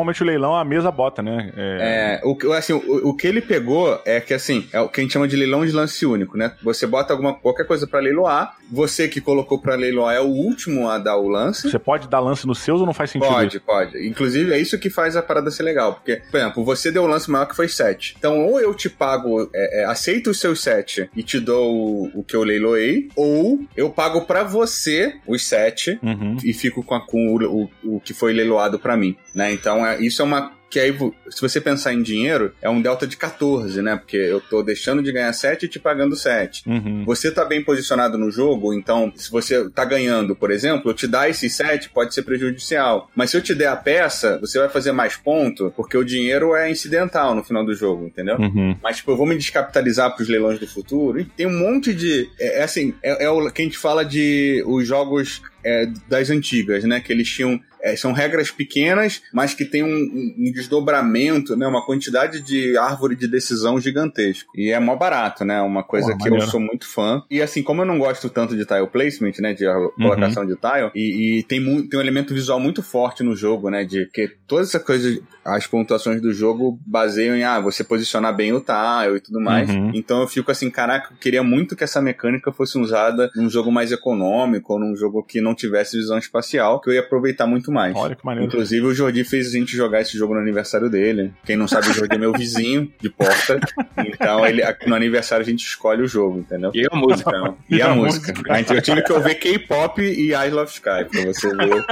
geralmente o leilão a mesa bota, né? É, é o, assim, o, o que ele pegou é que, assim, é o que a gente chama de leilão de lance único, né? Você bota alguma, qualquer coisa pra leiloar, você que colocou pra leiloar é o último a dar o lance. Você pode dar lance nos seus ou não faz sentido? Pode, pode. Inclusive, é isso que faz a parada ser legal, porque, por exemplo, você deu o lance maior que foi sete. Então, ou eu te pago, é, é, aceito os seus sete e te dou o, o que eu leiloei, ou eu pago pra você os sete uhum. e fico com, a, com o, o, o que foi leiloado pra mim, né? Então, é, isso é uma... Que aí, se você pensar em dinheiro, é um delta de catorze, né? Porque eu tô deixando de ganhar sete e te pagando sete. Uhum. Você tá bem posicionado no jogo, então, se você tá ganhando, por exemplo, eu te dar esses sete pode ser prejudicial. Mas se eu te der a peça, você vai fazer mais ponto, porque o dinheiro é incidental no final do jogo, entendeu? Uhum. Mas, tipo, eu vou me descapitalizar pros leilões do futuro. E tem um monte de... É, é assim, é, é o que a gente fala de os jogos... É, das antigas, né? Que eles tinham... É, são regras pequenas, mas que tem um, um desdobramento, né? Uma quantidade de árvore de decisão gigantesco. E é mó barato, né? Uma coisa Pô, que maneiro. Eu sou muito fã. E assim, como eu não gosto tanto de tile placement, né? De colocação uhum. de tile, e, e tem, mu- tem um elemento visual muito forte no jogo, né? De que todas essas coisas, as pontuações do jogo baseiam em, ah, você posicionar bem o tile e tudo mais. Uhum. Então eu fico assim, caraca, eu queria muito que essa mecânica fosse usada num jogo mais econômico, ou num jogo que não tivesse visão espacial, que eu ia aproveitar muito mais. Olha que maneiro. Inclusive, o Jordi fez a gente jogar esse jogo no aniversário dele. Quem não sabe, o Jordi é meu vizinho de porta. Então, ele, no aniversário a gente escolhe o jogo, entendeu? E a música. Então, e, e a, a música. música. Eu tive que ouvir K-pop e Eyes of Sky, pra você ver...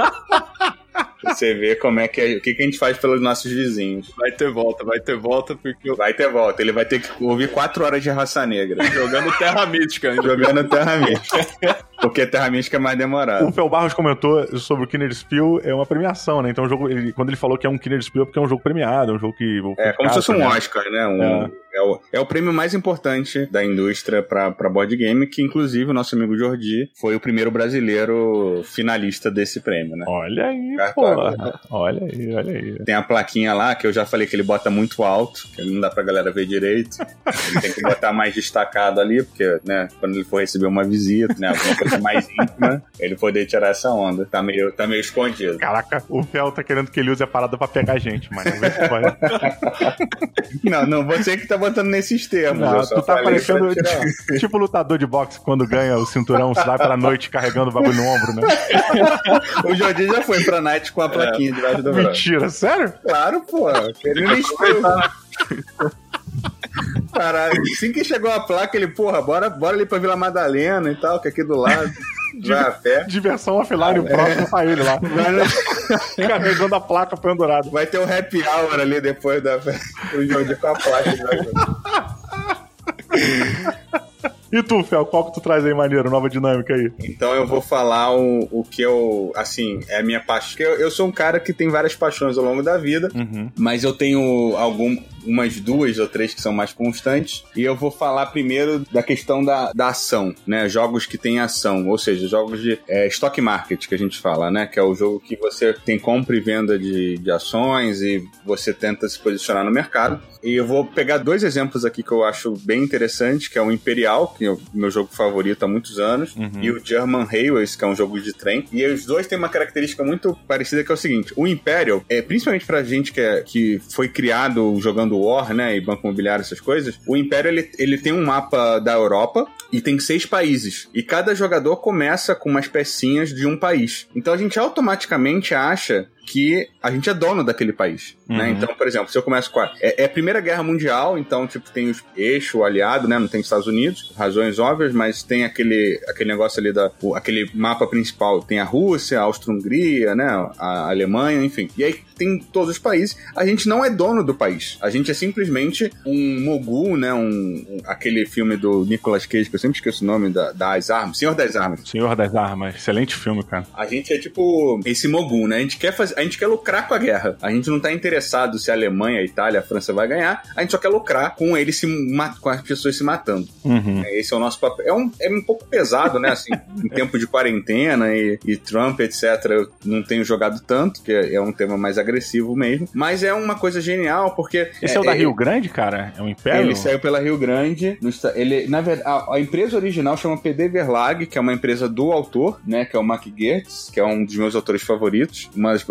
Você vê como é que é, o que, que a gente faz pelos nossos vizinhos. Vai ter volta, vai ter volta, porque... Vai ter volta, ele vai ter que ouvir quatro horas de Raça Negra. Jogando Terra Mística. Jogando Terra Mística. Porque Terra Mística é mais demorado. O Fel Barros comentou sobre o Killer Spiel, é uma premiação, né? Então, o jogo, ele, quando ele falou que é um Killer Spiel, é porque é um jogo premiado, é um jogo que... É, como se fosse um Oscar, né? Um, é. É, o, é o prêmio mais importante da indústria pra, pra board game, que, inclusive, o nosso amigo Jordi foi o primeiro brasileiro finalista desse prêmio, né? Olha aí, pô. Olha aí, olha aí. Tem a plaquinha lá, que eu já falei que ele bota muito alto, que não dá pra galera ver direito. Ele tem que botar mais destacado ali, porque, né, quando ele for receber uma visita, né, alguma coisa mais íntima, ele poder tirar essa onda. Tá meio, tá meio escondido. Caraca, o Fel tá querendo que ele use a parada pra pegar a gente, mas não vê se vai. Não, não, você que tá botando nesses termos. Não, tu tá parecendo tipo lutador de boxe quando ganha o cinturão, sai pra noite carregando o bagulho no ombro, né? O Jordi já foi pra night com a plaquinha é. debaixo do braço. Mentira, sério? Claro, pô. Ele nem espera. Caralho, assim que chegou a placa, ele, porra, bora, bora ali pra Vila Madalena e tal, que é aqui do lado. Vai a pé. Diversão offline, o próximo pra ele lá. Vai, carregando a placa pendurada. Vai ter um happy hour ali depois da o Jordi com a placa. E tu, Fel, qual que tu traz aí, maneiro, nova dinâmica aí? Então eu vou falar o, o que eu, assim, é a minha paixão. Eu, eu sou um cara que tem várias paixões ao longo da vida, uhum. mas eu tenho algumas duas ou três que são mais constantes. E eu vou falar primeiro da questão da, da ação, né? Jogos que tem ação, ou seja, jogos de é, stock market, que a gente fala, né? Que é o jogo que você tem compra e venda de, de ações e você tenta se posicionar no mercado. E eu vou pegar dois exemplos aqui que eu acho bem interessantes, que é o Imperial, que é o meu jogo favorito há muitos anos, uhum. e o German Railways, que é um jogo de trem. E os dois têm uma característica muito parecida, que é o seguinte: o Imperial, é, principalmente pra gente que, é, que foi criado jogando War, né, e Banco Imobiliário, essas coisas, o Imperial, ele, ele tem um mapa da Europa e tem seis países. E cada jogador começa com umas pecinhas de um país. Então a gente automaticamente acha que a gente é dono daquele país, uhum. né? Então, por exemplo, se eu começo com a... É, é a Primeira Guerra Mundial, então, tipo, tem os eixo, o aliado, né? Não tem Estados Unidos, razões óbvias, mas tem aquele, aquele negócio ali, da, o, aquele mapa principal. Tem a Rússia, a Áustria-Hungria, né? A Alemanha, enfim. E aí tem todos os países. A gente não é dono do país. A gente é simplesmente um mogul, né? Um, um, aquele filme do Nicolas Cage, que eu sempre esqueço o nome, da, das armas. Senhor das Armas. Senhor das Armas. Excelente filme, cara. A gente é tipo esse mogul, né? A gente quer fazer... A gente quer lucrar com a guerra. A gente não tá interessado se a Alemanha, a Itália, a França vai ganhar. A gente só quer lucrar com eles se com as pessoas se matando. Uhum. Esse é o nosso papel. É um, é um pouco pesado, né? Assim, em tempo de quarentena e, e Trump, etcétera. Eu não tenho jogado tanto, que é um tema mais agressivo mesmo. Mas é uma coisa genial, porque... Esse é, é o da é, Rio Grande, cara? É um Império? Ele saiu pela Rio Grande. No, ele, na verdade, a, a empresa original chama P D Verlag, que é uma empresa do autor, né? Que é o Mark Gertz, que é um dos meus autores favoritos. Uma,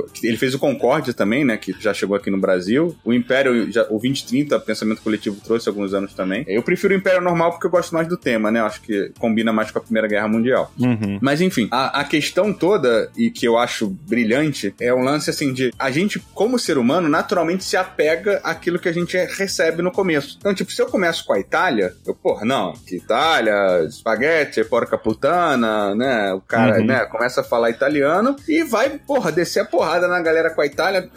Ele fez o Concórdia também, né? Que já chegou aqui no Brasil. O Império, já, o vinte trinta, Pensamento Coletivo, trouxe alguns anos também. Eu prefiro o Império normal porque eu gosto mais do tema, né? Eu acho que combina mais com a Primeira Guerra Mundial. Uhum. Mas enfim, a, a questão toda, e que eu acho brilhante, é um lance assim de a gente, como ser humano, naturalmente se apega àquilo que a gente recebe no começo. Então, tipo, se eu começo com a Itália, eu, porra, não, que Itália, espaguete, porca putana, né? O cara, uhum. né, começa a falar italiano e vai, porra, descer a porrada na galera com a Itália.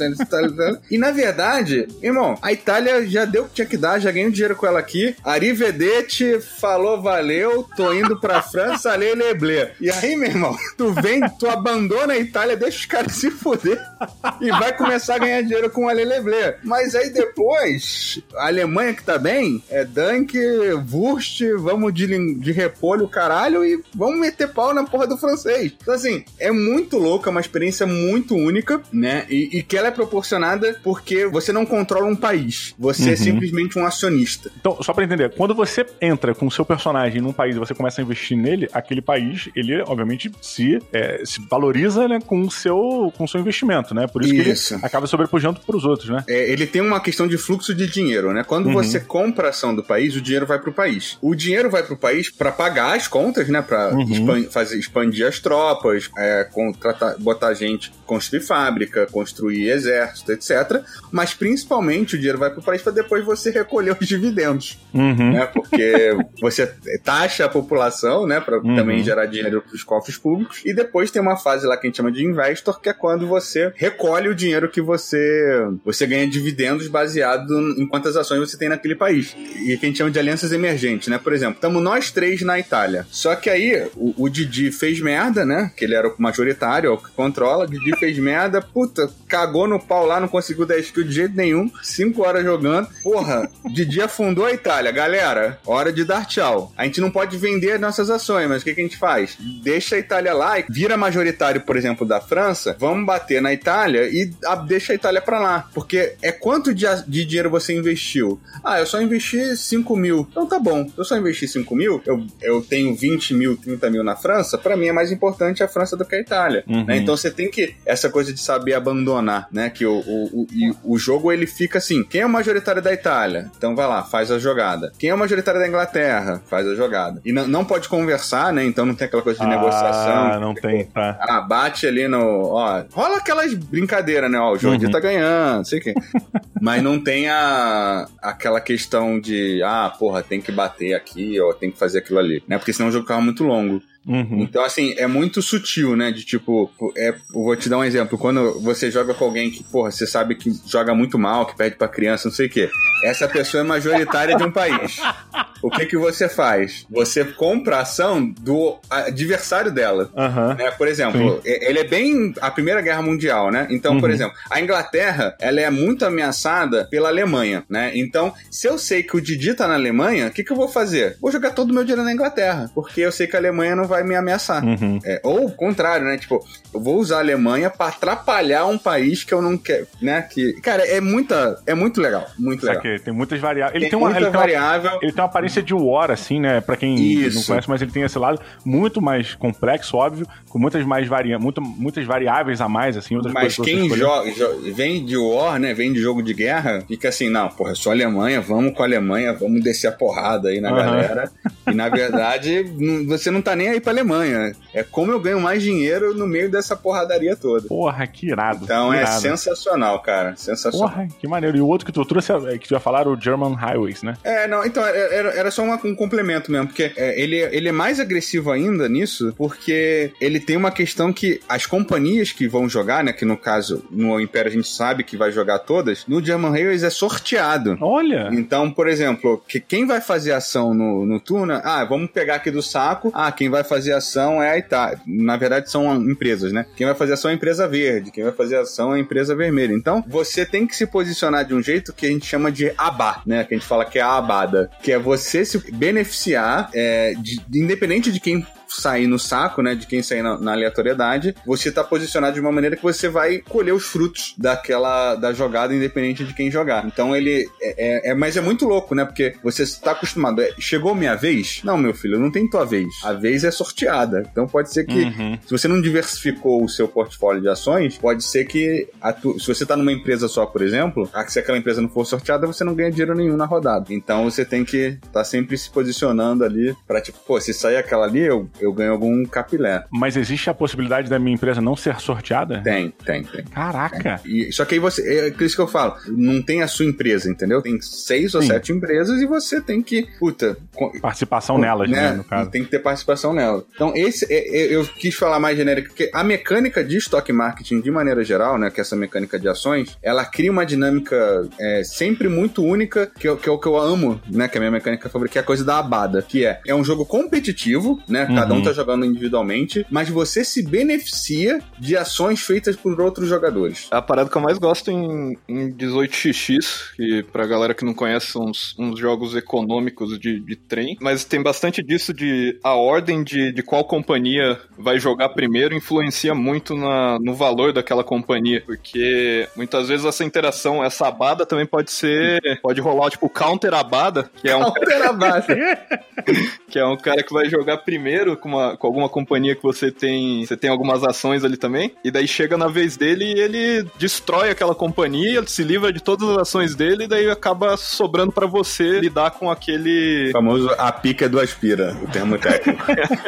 E na verdade, irmão, a Itália já deu o que tinha que dar, já ganhei dinheiro com ela aqui. Arrivederci, falou, valeu, tô indo pra França, alê, leblé. E aí, meu irmão, tu vem, tu abandona a Itália, deixa os caras se foder e vai começar a ganhar dinheiro com alê, leblé. Mas aí depois, a Alemanha que tá bem, é Dunk, Wurst, vamos de, de repolho, caralho, e vamos meter pau na porra do francês. Então, assim, é muito louca, uma experiência muito única, né? E, e que ela é proporcionada porque você não controla um país. Você uhum. é simplesmente um acionista. Então, só pra entender, quando você entra com o seu personagem num país e você começa a investir nele, aquele país, ele, obviamente, se, é, se valoriza, né, com o seu, com o seu investimento, né? Por isso, isso. que ele acaba sobrepujando pros outros, né? É, ele tem uma questão de fluxo de dinheiro, né? Quando uhum. você compra a ação do país, o dinheiro vai pro país. O dinheiro vai pro país pra pagar as contas, né? Pra uhum. expan- fazer, expandir as tropas, é, contratar, botar gente, construir fábrica, construir exército, etcétera. Mas, principalmente, o dinheiro vai pro país pra depois você recolher os dividendos. Uhum. Né? Porque você taxa a população, né? Pra uhum. também gerar dinheiro pros cofres públicos. E depois tem uma fase lá que a gente chama de investor, que é quando você recolhe o dinheiro que você, você ganha dividendos baseado em quantas ações você tem naquele país. E que a gente chama de alianças emergentes, né? Por exemplo, estamos nós três na Itália. Só que aí, o, o Didi fez merda, né? Que ele era o majoritário, é o que controla. O Didi fez merda, puta, cagou no pau lá, não conseguiu dez kills de jeito nenhum. Cinco horas jogando. Porra, Didi afundou a Itália. Galera, hora de dar tchau. A gente não pode vender nossas ações, mas o que, que a gente faz? Deixa a Itália lá e vira majoritário, por exemplo, da França. Vamos bater na Itália e a, deixa a Itália pra lá. Porque é quanto de, de dinheiro você investiu? Ah, eu só investi cinco mil. Então tá bom. Eu só investi cinco mil, eu, eu tenho vinte mil, trinta mil na França. Pra mim é mais importante a França do que a Itália. Uhum. Né? Então você tem que... Essa coisa de saber abandonar, né? Que o, o, o, o jogo, ele fica assim. Quem é o majoritário da Itália? Então vai lá, faz a jogada. Quem é o majoritário da Inglaterra? Faz a jogada. E não, não pode conversar, né? Então não tem aquela coisa de ah, negociação. não tipo, tem, tá. Ah, bate ali no... Ó, rola aquelas brincadeiras, né? Ó, o Jordi uhum. tá ganhando, não sei o quê. Mas não tem a, aquela questão de, ah, porra, tem que bater aqui, ou tem que fazer aquilo ali, né? Porque senão o jogo ficava muito longo. Uhum. Então, assim, é muito sutil, né? De tipo, é, eu vou te dar um exemplo. Quando você joga com alguém que, porra, você sabe que joga muito mal, que perde pra criança, não sei o quê. Essa pessoa é majoritária de um país. O que que você faz? Você compra a ação do adversário dela. Uhum. Né? Por exemplo, Sim. ele é bem a Primeira Guerra Mundial, né? Então, uhum. por exemplo, a Inglaterra, ela é muito ameaçada pela Alemanha, né? Então, se eu sei que o Didi tá na Alemanha, o que que eu vou fazer? Vou jogar todo o meu dinheiro na Inglaterra, porque eu sei que a Alemanha não vai me ameaçar. Uhum. É, ou o contrário, né? Tipo, eu vou usar a Alemanha pra atrapalhar um país que eu não quero, né? Que, cara, é muita, é muito legal, muito legal. Saquei, tem muitas variáveis. Ele tem, tem uma muita ele variável. Tem uma, ele tem uma aparência de War, assim, né? Pra quem Isso. não conhece, mas ele tem esse lado muito mais complexo, óbvio, com muitas mais varia... muito, muitas variáveis a mais, assim, outras mas coisas. Mas quem joga, jo- vem de War, né? Vem de jogo de guerra, fica assim, não, porra, eu sou Alemanha, vamos com a Alemanha, vamos descer a porrada aí na uhum. galera. E na verdade, você não tá nem aí pra Alemanha. É como eu ganho mais dinheiro no meio dessa porradaria toda. Porra, que irado. Então que é irado. sensacional, cara. Sensacional. Porra, que maneiro. E o outro que tu trouxe, que tu ia falar, o German Highways, né? É, não, então, era, era só uma, um complemento mesmo, porque é, ele, ele é mais agressivo ainda nisso, porque ele tem uma questão que as companhias que vão jogar, né, que no caso, no Império a gente sabe que vai jogar todas, no German Highways é sorteado. Olha! Então, por exemplo, que quem vai fazer ação no, no turno, ah, vamos pegar aqui do saco, ah, quem vai fazer ação é a Itália. Na verdade, são empresas, né? Quem vai fazer ação é a empresa verde, quem vai fazer ação é a empresa vermelha. Então, você tem que se posicionar de um jeito que a gente chama de abá, né? Que a gente fala que é a abada, que é você se beneficiar, é, de, independente de quem sair no saco, né, de quem sair na, na aleatoriedade, você tá posicionado de uma maneira que você vai colher os frutos daquela, da jogada, independente de quem jogar. Então ele, é, é, é mas é muito louco, né, porque você tá acostumado, é, chegou minha vez? Não, meu filho, não tem tua vez. A vez é sorteada. Então pode ser que, uhum. se você não diversificou o seu portfólio de ações, pode ser que, a tu, se você tá numa empresa só, por exemplo, se aquela empresa não for sorteada, você não ganha dinheiro nenhum na rodada. Então você tem que estar tá sempre se posicionando ali pra, tipo, pô, se sair aquela ali, eu, eu ganho algum capilé. Mas existe a possibilidade da minha empresa não ser sorteada? Tem, tem, tem. Caraca! Tem. E, só que aí você, é isso que eu falo, não tem a sua empresa, entendeu? Tem seis Sim. ou sete empresas e você tem que, puta... Participação com, nelas, né, né, no caso. Tem que ter participação nelas. Então esse, é, é, eu quis falar mais genérico, porque a mecânica de stock marketing, de maneira geral, né, que é essa mecânica de ações, ela cria uma dinâmica é, sempre muito única, que, que é o que eu amo, né, que é a minha mecânica favorita, que é a coisa da abada, que é, é um jogo competitivo, né, uhum. cada um tá jogando individualmente, mas você se beneficia de ações feitas por outros jogadores. A parada que eu mais gosto em, em dezoito xx x, que pra galera que não conhece, são uns, uns jogos econômicos de, de trem, mas tem bastante disso de a ordem de, de qual companhia vai jogar primeiro influencia muito na, no valor daquela companhia, porque muitas vezes essa interação, essa abada também pode ser, pode rolar tipo counter abada, que é um counter abada. que é um cara que vai jogar primeiro com, uma, com alguma companhia que você tem, você tem algumas ações ali também, e daí chega na vez dele e ele destrói aquela companhia, se livra de todas as ações dele, e daí acaba sobrando pra você lidar com aquele... O famoso a pica do aspira, o termo técnico.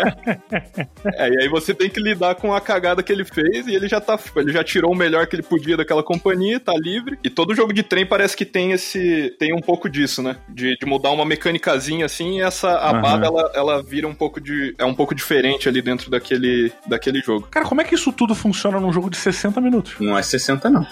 É, e aí você tem que lidar com a cagada que ele fez, e ele já tá, ele já tirou o melhor que ele podia daquela companhia, tá livre, e todo jogo de trem parece que tem esse, tem um pouco disso, né, de, de mudar uma mecânicazinha assim, e essa abada, uhum. ela, ela vira um pouco de, é um pouco diferente ali dentro daquele, daquele jogo. Cara, como é que isso tudo funciona num jogo de sessenta minutos? Não é sessenta, não.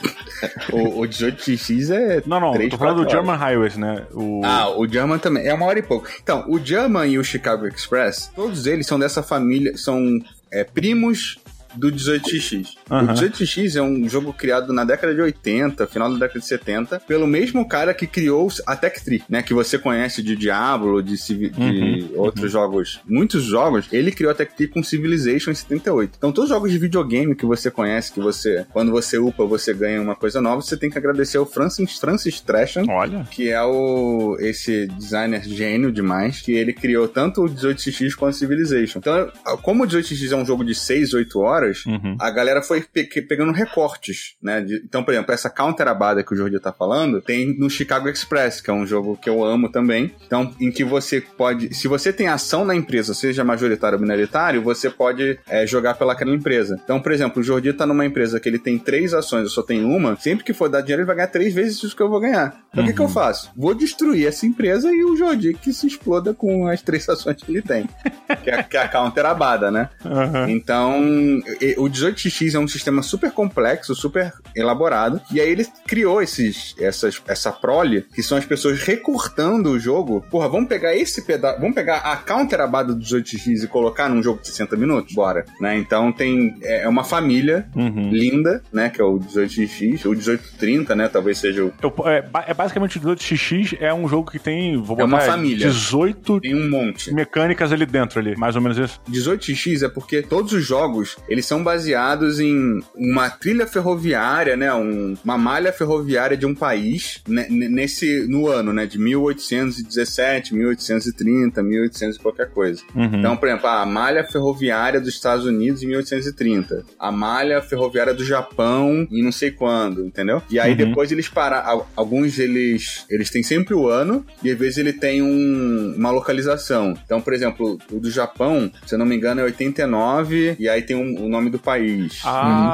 o, o dezoito xx x é Não, não, três, tô falando do horas. German Highways, né? O... Ah, o German também, é uma hora e pouco. Então, o German e o Chicago Express, todos eles são dessa família, são é, primos do dezoito xx x. Uhum. O dezoito xx x é um jogo criado na década de oitenta, final da década de setenta, pelo mesmo cara que criou a Tech três, né? Que você conhece de Diablo, de, de uhum. outros uhum. jogos, muitos jogos. Ele criou a Tech três com Civilization em setenta e oito. Então, todos os jogos de videogame que você conhece, que você, quando você upa, você ganha uma coisa nova, você tem que agradecer ao Francis, Francis Tresham, Olha. que é o, esse designer gênio demais, que ele criou tanto o dezoito xx x quanto o Civilization. Então, como o dezoito xx x é um jogo de seis, oito horas, Uhum. a galera foi pe- pegando recortes, né? De, então, por exemplo, essa counter abada que o Jordi tá falando, tem no Chicago Express, que é um jogo que eu amo também. Então, em que você pode... Se você tem ação na empresa, seja majoritário ou minoritário, você pode é, jogar pelaquela empresa. Então, por exemplo, o Jordi tá numa empresa que ele tem três ações, eu só tenho uma, sempre que for dar dinheiro, ele vai ganhar três vezes isso que eu vou ganhar. Então, o uhum. que que eu faço? Vou destruir essa empresa e o Jordi que se exploda com as três ações que ele tem. que, é, que é a counter abada, né? Uhum. Então... O dezoito xx x é um sistema super complexo, super elaborado, e aí ele criou esses, essas, essa prole, que são as pessoas recortando o jogo. Porra, vamos pegar esse pedaço, vamos pegar a counter abada do dezoito xx x e colocar num jogo de sessenta minutos? Bora, né? Então tem, é uma família uhum. linda, né, que é o dezoito xx x, o dezoito trinta, né, talvez seja o... Eu, é, é basicamente o dezoito xx x é um jogo que tem, vou botar, é uma família. dezoito tem um monte. Mecânicas ali dentro, ali, mais ou menos isso. dezoito xx x é porque todos os jogos, eles são baseados em uma trilha ferroviária, né, um, uma malha ferroviária de um país, né, nesse, no ano, né, de mil oitocentos e dezessete, mil oitocentos e trinta, mil e oitocentos e qualquer coisa. Uhum. Então, por exemplo, a malha ferroviária dos Estados Unidos em mil oitocentos e trinta, a malha ferroviária do Japão em não sei quando, entendeu? E aí uhum. depois eles param, alguns eles, eles têm sempre o ano e às vezes ele tem um, uma localização. Então, por exemplo, o do Japão, se eu não me engano, é oitenta e nove e aí tem um, o nome do país.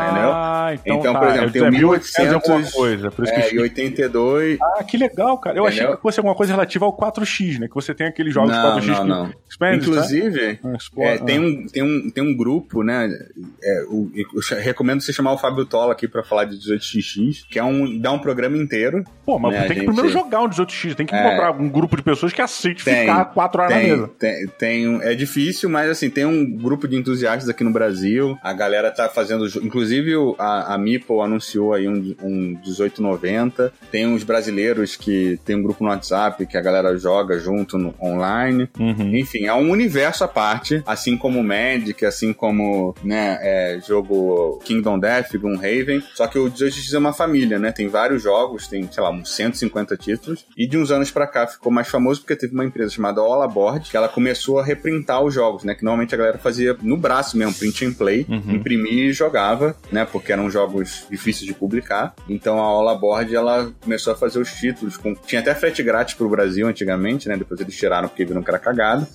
Ah, entendeu? Então, então tá. por exemplo, tem o mil e oitocentos alguma coisa, por isso é, que e oitenta e dois. Ah, que legal, cara. Eu entendeu? Achei que fosse alguma coisa relativa ao quatro x, né? Que você tem aqueles jogos não, quatro x não, que... não. Expande, inclusive, tá? é, ah. tem, um, tem, um, tem um grupo, né? É, o, eu recomendo você chamar o Fábio Tola aqui pra falar de dezoito xx x, que é um, dá um programa inteiro. Pô, mas né, tem que gente... primeiro jogar um dezoito x, tem que é... comprar um grupo de pessoas que aceite tem, ficar quatro horas tem, na mesa. Tem, tem, é difícil, mas assim, tem um grupo de entusiastas aqui no Brasil. a galera tá fazendo... Inclusive, a, a Meeple anunciou aí um, um dezoito e noventa. Tem uns brasileiros que tem um grupo no WhatsApp que a galera joga junto no, online. Uhum. Enfim, é um universo à parte, assim como o Magic, assim como, né, é, jogo Kingdom Death, Gloomhaven. Só que o dezoito xis é uma família, né? Tem vários jogos, tem, sei lá, uns cento e cinquenta títulos. E de uns anos pra cá ficou mais famoso porque teve uma empresa chamada Ola Board, que ela começou a reprintar os jogos, né? Que normalmente a galera fazia no braço mesmo, print and play, uhum. imprimia e jogava, né? Porque eram jogos difíceis de publicar. Então a Ola Board, ela começou a fazer os títulos. Com... Tinha até frete grátis pro Brasil antigamente, né? Depois eles tiraram porque viram que era cagado.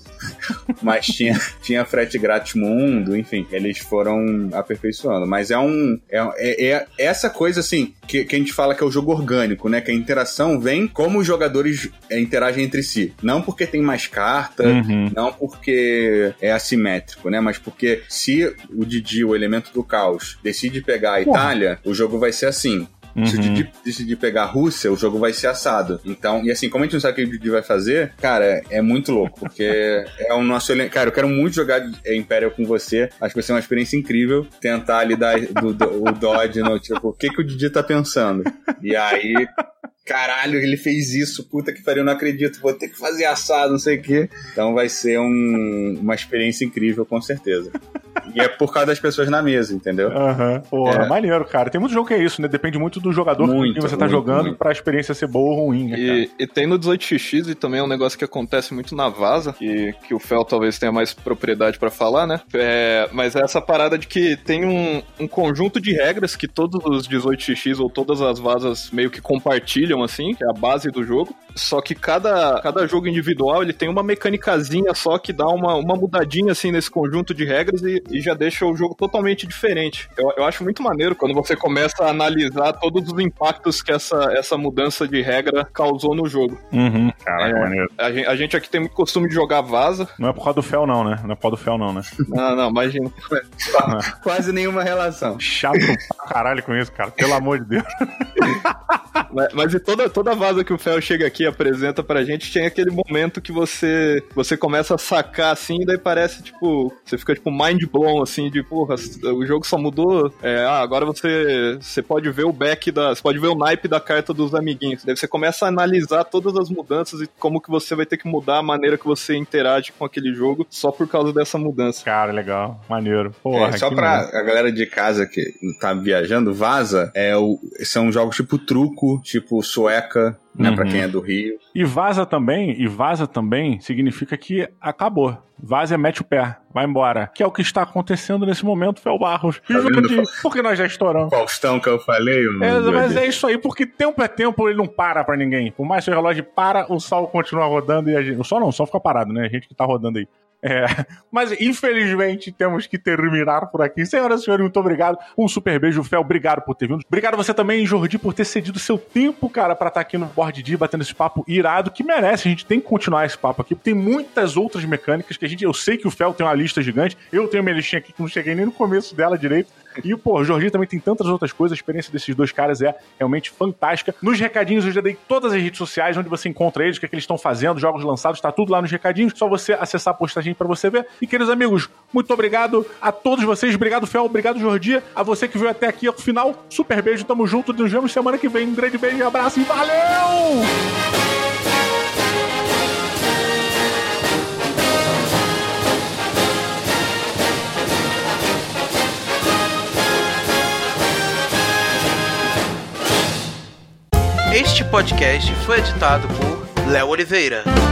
Mas tinha, tinha frete grátis mundo, enfim. Eles foram aperfeiçoando. Mas é um... É, é, é essa coisa, assim, que, que a gente fala que é o jogo orgânico, né? Que a interação vem como os jogadores é, interagem entre si. Não porque tem mais carta, uhum. não porque é assimétrico, né? Mas porque se o Didi, o elemento do caos, decide pegar a Itália, Porra. o jogo vai ser assim. Uhum. Se o Didi decidir pegar a Rússia, o jogo vai ser assado. Então, e assim, como a gente não sabe o que o Didi vai fazer, cara, é muito louco, porque é o nosso... Cara, eu quero muito jogar Imperial com você, acho que vai ser uma experiência incrível, tentar ali dar do, do, o Dodge no tipo, o que que o Didi tá pensando? E aí... Caralho, ele fez isso, puta que pariu, não acredito, vou ter que fazer assado, não sei o quê. Então vai ser um, uma experiência incrível, com certeza. E é por causa das pessoas na mesa, entendeu? Aham. Uhum. Porra, é. maneiro, cara. Tem muito jogo que é isso, né? Depende muito do jogador muito, que você tá muito, jogando muito. pra experiência ser boa ou ruim, né, cara? E, e tem no dezoito xis, e também é um negócio que acontece muito na Vaza, que, que o Fel talvez tenha mais propriedade pra falar, né? É, mas é essa parada de que tem um, um conjunto de regras que todos os dezoito xis ou todas as Vazas meio que compartilham, assim, que é a base do jogo. Só que cada, cada jogo individual, ele tem uma mecânicazinha só que dá uma, uma mudadinha, assim, nesse conjunto de regras e, e já deixa o jogo totalmente diferente. Eu, eu acho muito maneiro quando você começa a analisar todos os impactos que essa, essa mudança de regra causou no jogo. Uhum. Caraca, é, maneiro. A gente, a gente aqui tem muito costume de jogar Vaza. Não é por causa do Fel, não, né? Não é por causa do Fel, não, né? Não, não, imagina. Quase nenhuma relação. Chato pra caralho com isso, cara. Pelo amor de Deus. Mas, mas e toda, toda Vaza que o Fel chega aqui e apresenta pra gente, tem aquele momento que você, você começa a sacar assim, e daí parece, tipo, você fica tipo mind blown, assim, de porra, o jogo só mudou. É, ah, agora você, você pode ver o back da. Você pode ver o naipe da carta dos amiguinhos. Daí você começa a analisar todas as mudanças e como que você vai ter que mudar a maneira que você interage com aquele jogo só por causa dessa mudança. Cara, legal, maneiro. Porra, é, só pra maneiro. A galera de casa que tá viajando, Vaza é o, são jogos tipo truco, tipo sueca, né, uhum. pra quem é do Rio. E vaza também, e vaza também significa que acabou. Vaza, mete o pé, vai embora. Que é o que está acontecendo nesse momento, Fel Barros. Tá de... Porque nós já estouramos. Faustão que eu falei, é, mas é isso aí, porque tempo é tempo, ele não para pra ninguém. Por mais que o relógio para, o sol continua rodando e a gente... O sol não, o sol fica parado, né? A gente que tá rodando aí. É, mas infelizmente temos que terminar por aqui. Senhoras e senhores, muito obrigado. Um super beijo, Fel. Obrigado por ter vindo. Obrigado você também, Jordi, por ter cedido seu tempo, cara, pra estar aqui no Board D, batendo esse papo irado, que merece. A gente tem que continuar esse papo aqui. Tem muitas outras mecânicas que a gente... Eu sei que o Fel tem uma lista gigante. Eu tenho minha listinha aqui que não cheguei nem no começo dela direito. E, pô, o Jordi também tem tantas outras coisas. A experiência desses dois caras é realmente fantástica. Nos recadinhos eu já dei todas as redes sociais onde você encontra eles, o que, é que eles estão fazendo, jogos lançados, tá tudo lá nos recadinhos. Só você acessar a postagem pra você ver. E, queridos amigos, muito obrigado a todos vocês. Obrigado, Fel. Obrigado, Jordi. A você que veio até aqui ao final. Super beijo. Tamo junto. Nos vemos semana que vem. Um grande beijo e abraço e valeu! Este podcast foi editado por Léo Oliveira.